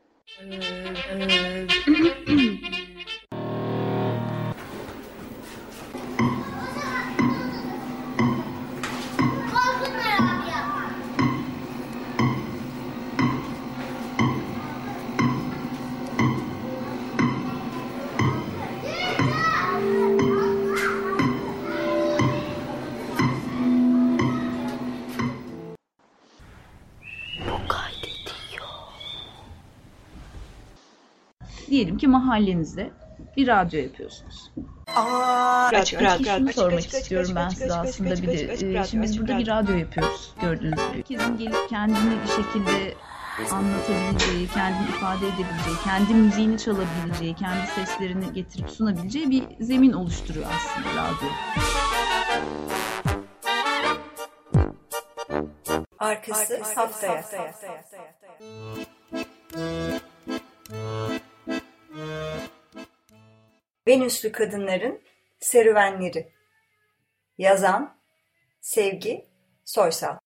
Diyelim ki mahallenizde bir radyo yapıyorsunuz. Aa, Peki açık radyo. şunu Açık, sormak açık, istiyorum açık, ben açık, size açık, aslında açık, bir açık, de. açık, Ee, açık, Şimdi biz açık, burada bir radyo. radyo yapıyoruz gördüğünüz gibi. Herkesin gelip kendini bir şekilde anlatabileceği, kendini ifade edebileceği, kendi müziğini çalabileceği, kendi seslerini getirip sunabileceği bir zemin oluşturuyor aslında radyo. Arkası haftaya. Venüslü Kadınların Serüvenleri. Yazan Sevgi Soysal.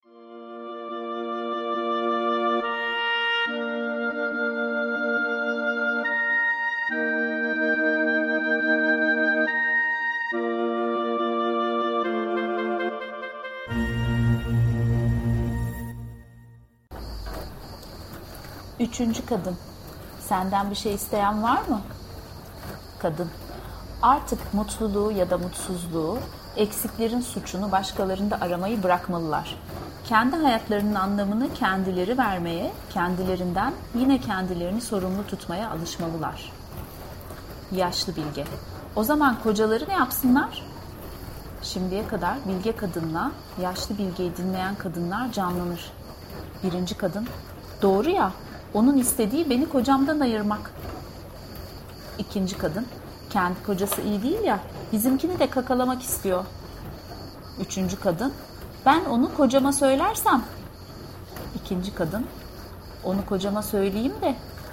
Üçüncü kadın. Senden bir şey isteyen var mı? Kadın. Artık mutluluğu ya da mutsuzluğu, eksiklerin suçunu başkalarında aramayı bırakmalılar. Kendi hayatlarının anlamını kendileri vermeye, kendilerinden yine kendilerini sorumlu tutmaya alışmalılar. Yaşlı bilge. O zaman kocaları ne yapsınlar? Şimdiye kadar bilge kadınla yaşlı bilgeyi dinleyen kadınlar canlanır. Birinci kadın. Doğru ya, onun istediği beni kocamdan ayırmak. İkinci kadın. Kendi kocası iyi değil ya, bizimkini de kakalamak istiyor. Üçüncü kadın, ben onu kocama söylersem. İkinci kadın, onu kocama söyleyeyim de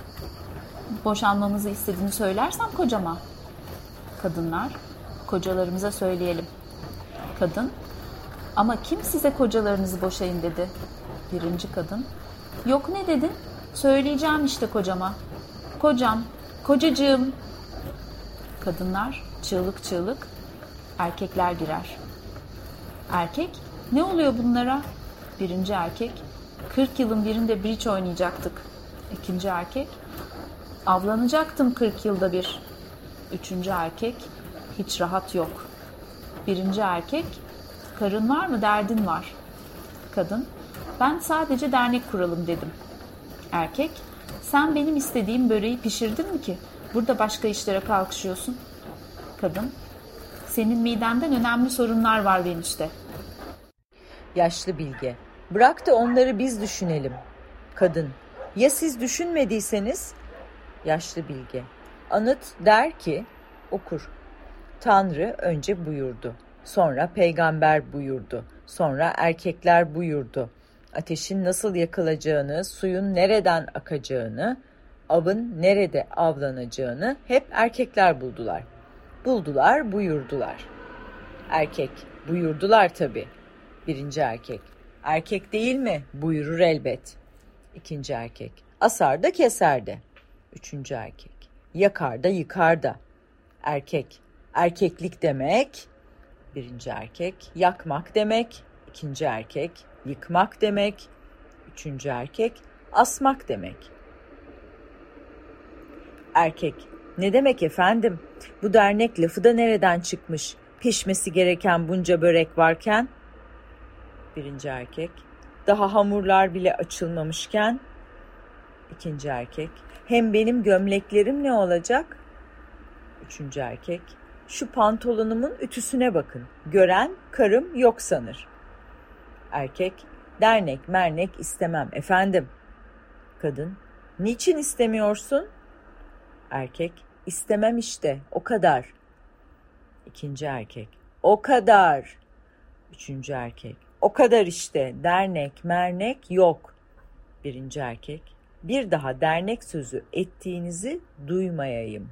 boşanmamızı istediğini söylersem kocama. Kadınlar, kocalarımıza söyleyelim. Kadın, ama kim size kocalarınızı boşayın dedi. Birinci kadın, yok ne dedin? Söyleyeceğim işte kocama. Kocam, kocacığım. Kadınlar çığlık çığlık, erkekler girer. Erkek, ne oluyor bunlara? Birinci erkek, kırk yılın birinde bridge oynayacaktık. İkinci erkek, avlanacaktım kırk yılda bir. Üçüncü erkek, hiç rahat yok. Birinci erkek, karın var mı, derdin var. Kadın, ben sadece dernek kuralım dedim. Erkek, sen benim istediğim böreği pişirdin mi ki? Burada başka işlere kalkışıyorsun. Kadın, senin midenden önemli sorunlar var Venüs'te. Yaşlı bilge, bırak da onları biz düşünelim. Kadın, ya siz düşünmediyseniz? Yaşlı bilge, anıt der ki, okur. Tanrı önce buyurdu, sonra peygamber buyurdu, sonra erkekler buyurdu. Ateşin nasıl yakılacağını, suyun nereden akacağını, avın nerede avlanacağını hep erkekler buldular. Buldular, buyurdular. Erkek, buyurdular tabii. Birinci erkek, erkek değil mi? Buyurur elbet. İkinci erkek, asar da keser de. Üçüncü erkek, yakar da yıkar da. Erkek, erkeklik demek. Birinci erkek, yakmak demek. İkinci erkek, yıkmak demek. Üçüncü erkek, asmak demek. Erkek, ne demek efendim? Bu dernek lafı da nereden çıkmış? Pişmesi gereken bunca börek varken? Birinci erkek, daha hamurlar bile açılmamışken? İkinci erkek, hem benim gömleklerim ne olacak? Üçüncü erkek, şu pantolonumun ütüsüne bakın. Gören karım yok sanır. Erkek, dernek mernek istemem efendim. Kadın, niçin istemiyorsun? Erkek, istemem işte, o kadar. İkinci erkek, o kadar. Üçüncü erkek, o kadar işte, dernek mernek yok. Birinci erkek, bir daha dernek sözü ettiğinizi duymayayım.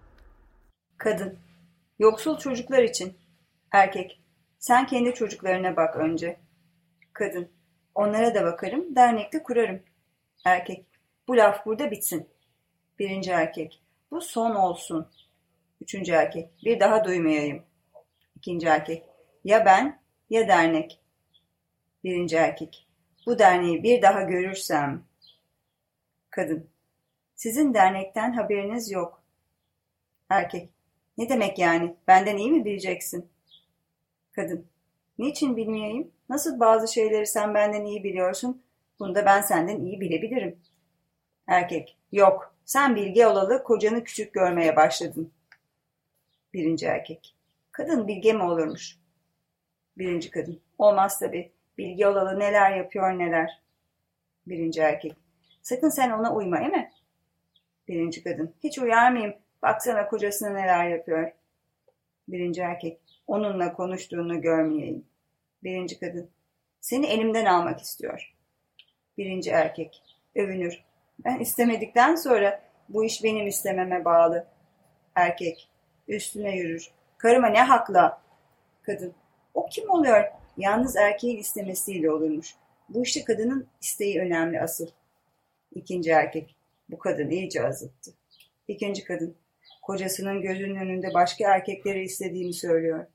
Kadın, yoksul çocuklar için. Erkek, sen kendi çocuklarına bak önce. Kadın, onlara da bakarım, dernekte kurarım. Erkek, bu laf burada bitsin. Birinci erkek, bu son olsun. Üçüncü erkek, bir daha duymayayım. İkinci erkek, ya ben ya dernek. Birinci erkek, bu derneği bir daha görürsem. Kadın, sizin dernekten haberiniz yok. Erkek, ne demek yani, benden iyi mi bileceksin? Kadın, niçin bilmeyeyim? Nasıl bazı şeyleri sen benden iyi biliyorsun, bunu da ben senden iyi bilebilirim. Erkek, yok, sen bilge olalı kocanı küçük görmeye başladın. Birinci erkek, kadın bilge mi olurmuş? Birinci kadın, olmaz tabii, bilge olalı neler yapıyor neler. Birinci erkek, sakın sen ona uyma, değil mi? Birinci kadın, hiç uyar mıyım? Baksana kocasına neler yapıyor. Birinci erkek, onunla konuştuğunu görmeyeyim. Birinci kadın, seni elimden almak istiyor. Birinci erkek, övünür. Ben istemedikten sonra bu iş benim istememe bağlı. Erkek, Üstüne yürür. Karıma ne hakla? Kadın. O kim oluyor? Yalnız erkeğin istemesiyle olurmuş. Bu işte kadının isteği önemli asıl. İkinci erkek. Bu kadın iyice azıttı. İkinci kadın. Kocasının gözünün önünde başka erkekleri istediğini söylüyor.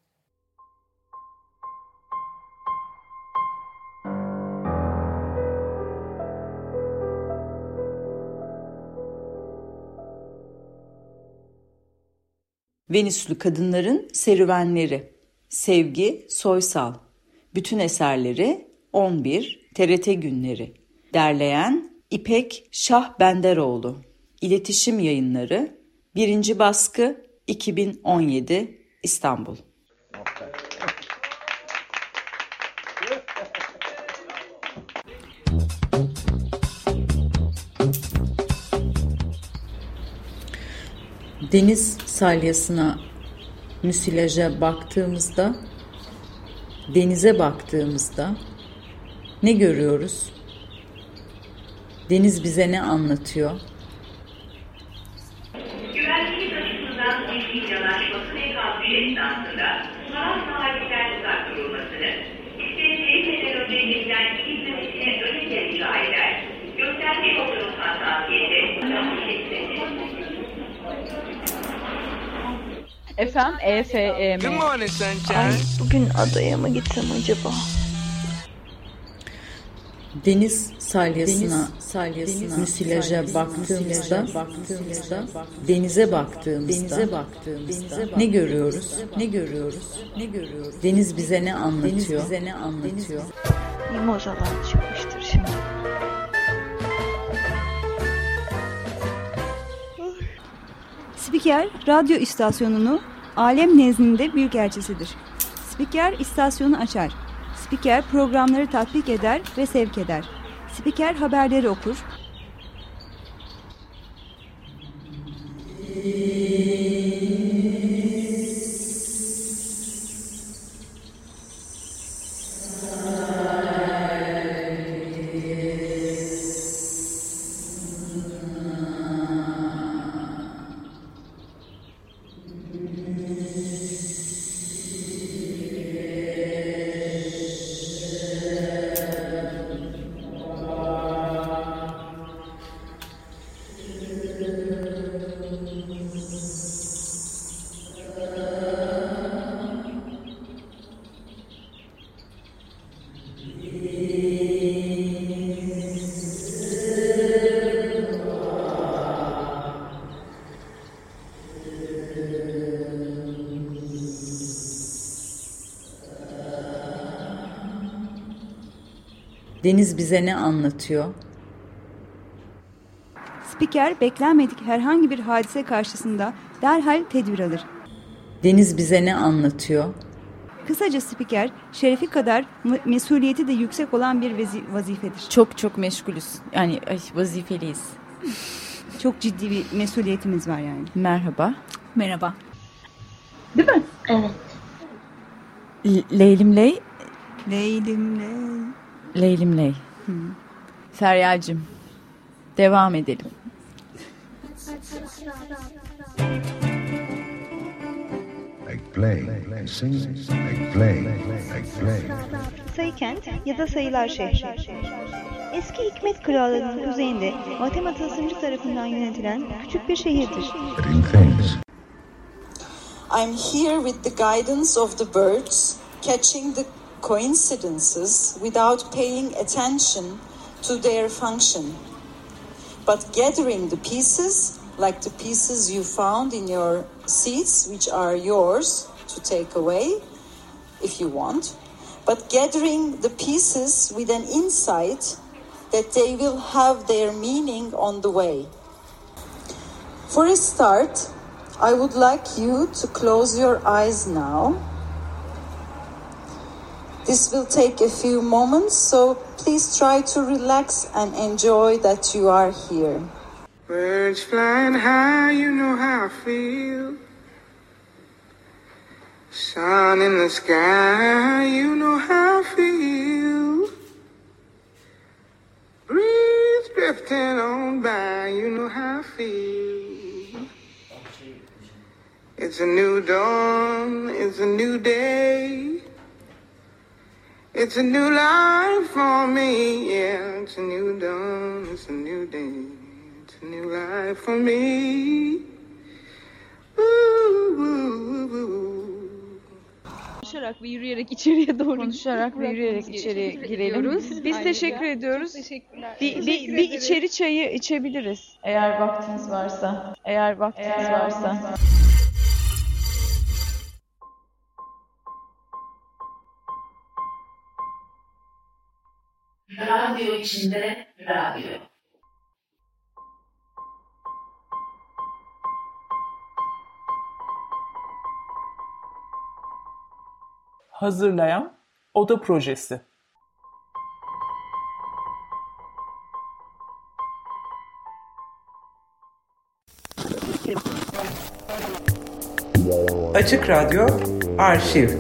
Venüslü Kadınların Serüvenleri. Sevgi Soysal. Bütün eserleri on bir T R T Günleri. Derleyen İpek Şahbenderoğlu. İletişim Yayınları. Birinci baskı iki bin on yedi İstanbul. Deniz salyasına, müsilaja baktığımızda, denize baktığımızda ne görüyoruz? Deniz bize ne anlatıyor? Güvenlik açısından bilgi yanaşması ve kalkış esnasında sanat mahallinden uzak durulmasını, istediği teknolojiye gidilen izlemesine önemli rica eder, göstermiş olduğunuz hassasiyete yanlış etmesi. Efendim E F E M. Ay, bugün adaya mı gitsem acaba? Deniz salyasına, salyasına, müsilaja baktığımızda, baktığımızda, denize baktığımızda, denize baktığımızda ne görüyoruz? Ne görüyoruz? Ne görüyoruz? Deniz bize ne anlatıyor? Deniz bize ne anlatıyor? Mimozalar çıkmıştır şimdi. Spiker, radyo istasyonunu alem nezdinde büyükelçisidir. Spiker, istasyonu açar. Spiker, programları tatbik eder ve sevk eder. Spiker, haberleri okur. Deniz bize ne anlatıyor? Spiker, beklenmedik herhangi bir hadise karşısında derhal tedbir alır. Deniz bize ne anlatıyor? Kısaca spiker, şerefi kadar mesuliyeti de yüksek olan bir vezi- vazifedir. Çok çok meşgulüz. Yani ay, vazifeliyiz. Çok ciddi bir mesuliyetimiz var yani. Merhaba. Merhaba. Değil mi? Evet. L- Leylim Ley. Leylim Ley. Leylim Ley. Hı. Feryal'cığım, devam edelim. Play, sing, play, play. Sayıkent ya da Sayılar Şehri. Eski Hikmet Krallığı'nın kuzeyinde Vatem Tılsımcı tarafından yönetilen küçük bir şehirdir. I'm here with the guidance of the birds, catching the coincidences without paying attention to their function, but gathering the pieces like the pieces you found in your seats, which are yours to take away if you want, but gathering the pieces with an insight that they will have their meaning on the way. For a start, I would like you to close your eyes now. This will take a few moments, so please try to relax and enjoy that you are here. Birds flying high, you know how I feel. Sun in the sky, you know how I feel. Breeze drifting on by, you know how I feel. It's It's a new dawn, it's a new day. It's a new life for me, yeah. It's a new dawn, it's a new day. It's a new life for me. Ooh, ooh, ooh. Konuşarak ve yürüyerek içeriye doğru konuşarak ve yürüyerek içeriye girelim. Biz Ayrıca. teşekkür ediyoruz. Çok teşekkürler. Bir, bir, Teşekkür bir ederiz. içeri çayı içebiliriz. Eğer vaktiniz varsa. Eğer vaktiniz varsa. Radyo içinde radyo. Hazırlayan Oda Projesi. Açık Radyo Arşiv.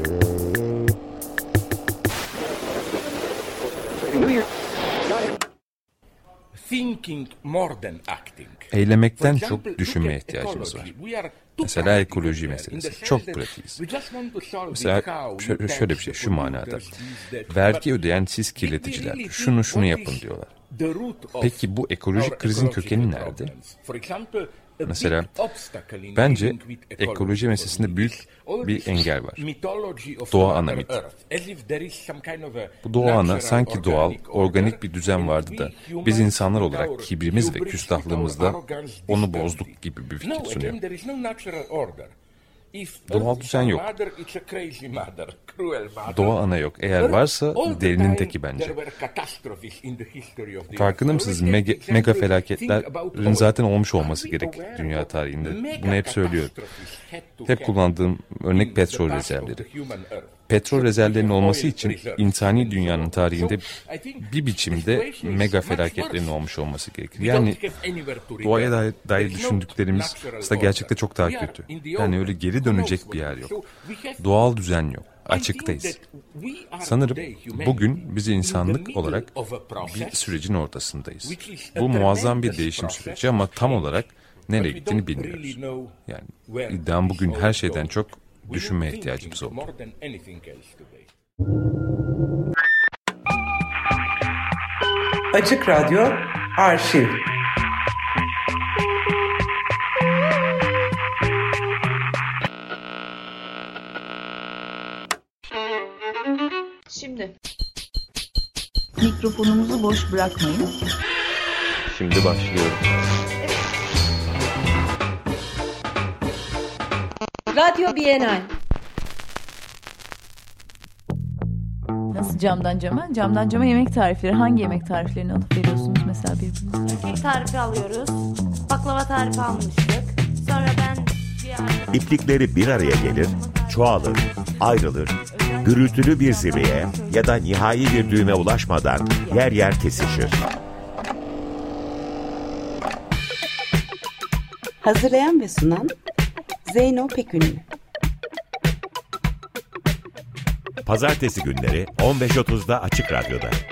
Eylemekten çok düşünmeye ihtiyacımız var. Mesela ekoloji meselesi. Çok pratiğiz. Mesela şöyle, şöyle bir şey, şu manada. Vergi ödeyen siz kirleticiler, şunu şunu yapın diyorlar. Peki bu ekolojik krizin kökeni nerede? Mesela bence ekoloji meselesinde büyük bir engel var. Doğa ana mit. Bu doğa ana sanki doğal, organik bir düzen vardı da biz insanlar olarak kibrimiz ve küstahlığımızla onu bozduk gibi bir fikir sunuyor. Doğal düzen yok. Doğa ana yok. Eğer varsa delinin teki bence. Farkında mısınız? Mega, mega felaketlerin zaten olmuş olması gerek dünya tarihinde. Bunu hep söylüyorum. Hep kullandığım örnek petrol rezervleri. Petrol rezervlerinin olması için insani dünyanın tarihinde bir biçimde mega felaketlerin olmuş olması gerekir. Yani doğaya dair, dair düşündüklerimiz aslında gerçekten çok daha kötü. Yani öyle geri dönecek bir yer yok. Doğal düzen yok. Açıktayız. Sanırım bugün biz insanlık olarak bir sürecin ortasındayız. Bu muazzam bir değişim süreci ama tam olarak nereye gittiğini bilmiyoruz. Yani iddiam bugün her şeyden çok düşünmeye ihtiyacımız oldu. Açık Radyo Arşiv. Şimdi mikrofonumuzu boş bırakmayın. Şimdi başlıyorum. Radyo Bienal. Nasıl camdan cama? Camdan cama yemek tarifleri. Hangi yemek tariflerini alıp veriyorsunuz mesela birbirinize? Kek tarifi alıyoruz. Baklava tarifi almıştık. Sonra ben bir İplikleri bir araya gelir, çoğalır, ayrılır, gürültülü bir zirveye ya da nihai bir düğüme ulaşmadan yer yer kesişir. Hazırlayan ve sunan Zeyno Pekünlü. Pazartesi günleri on beş otuzda Açık Radyo'da.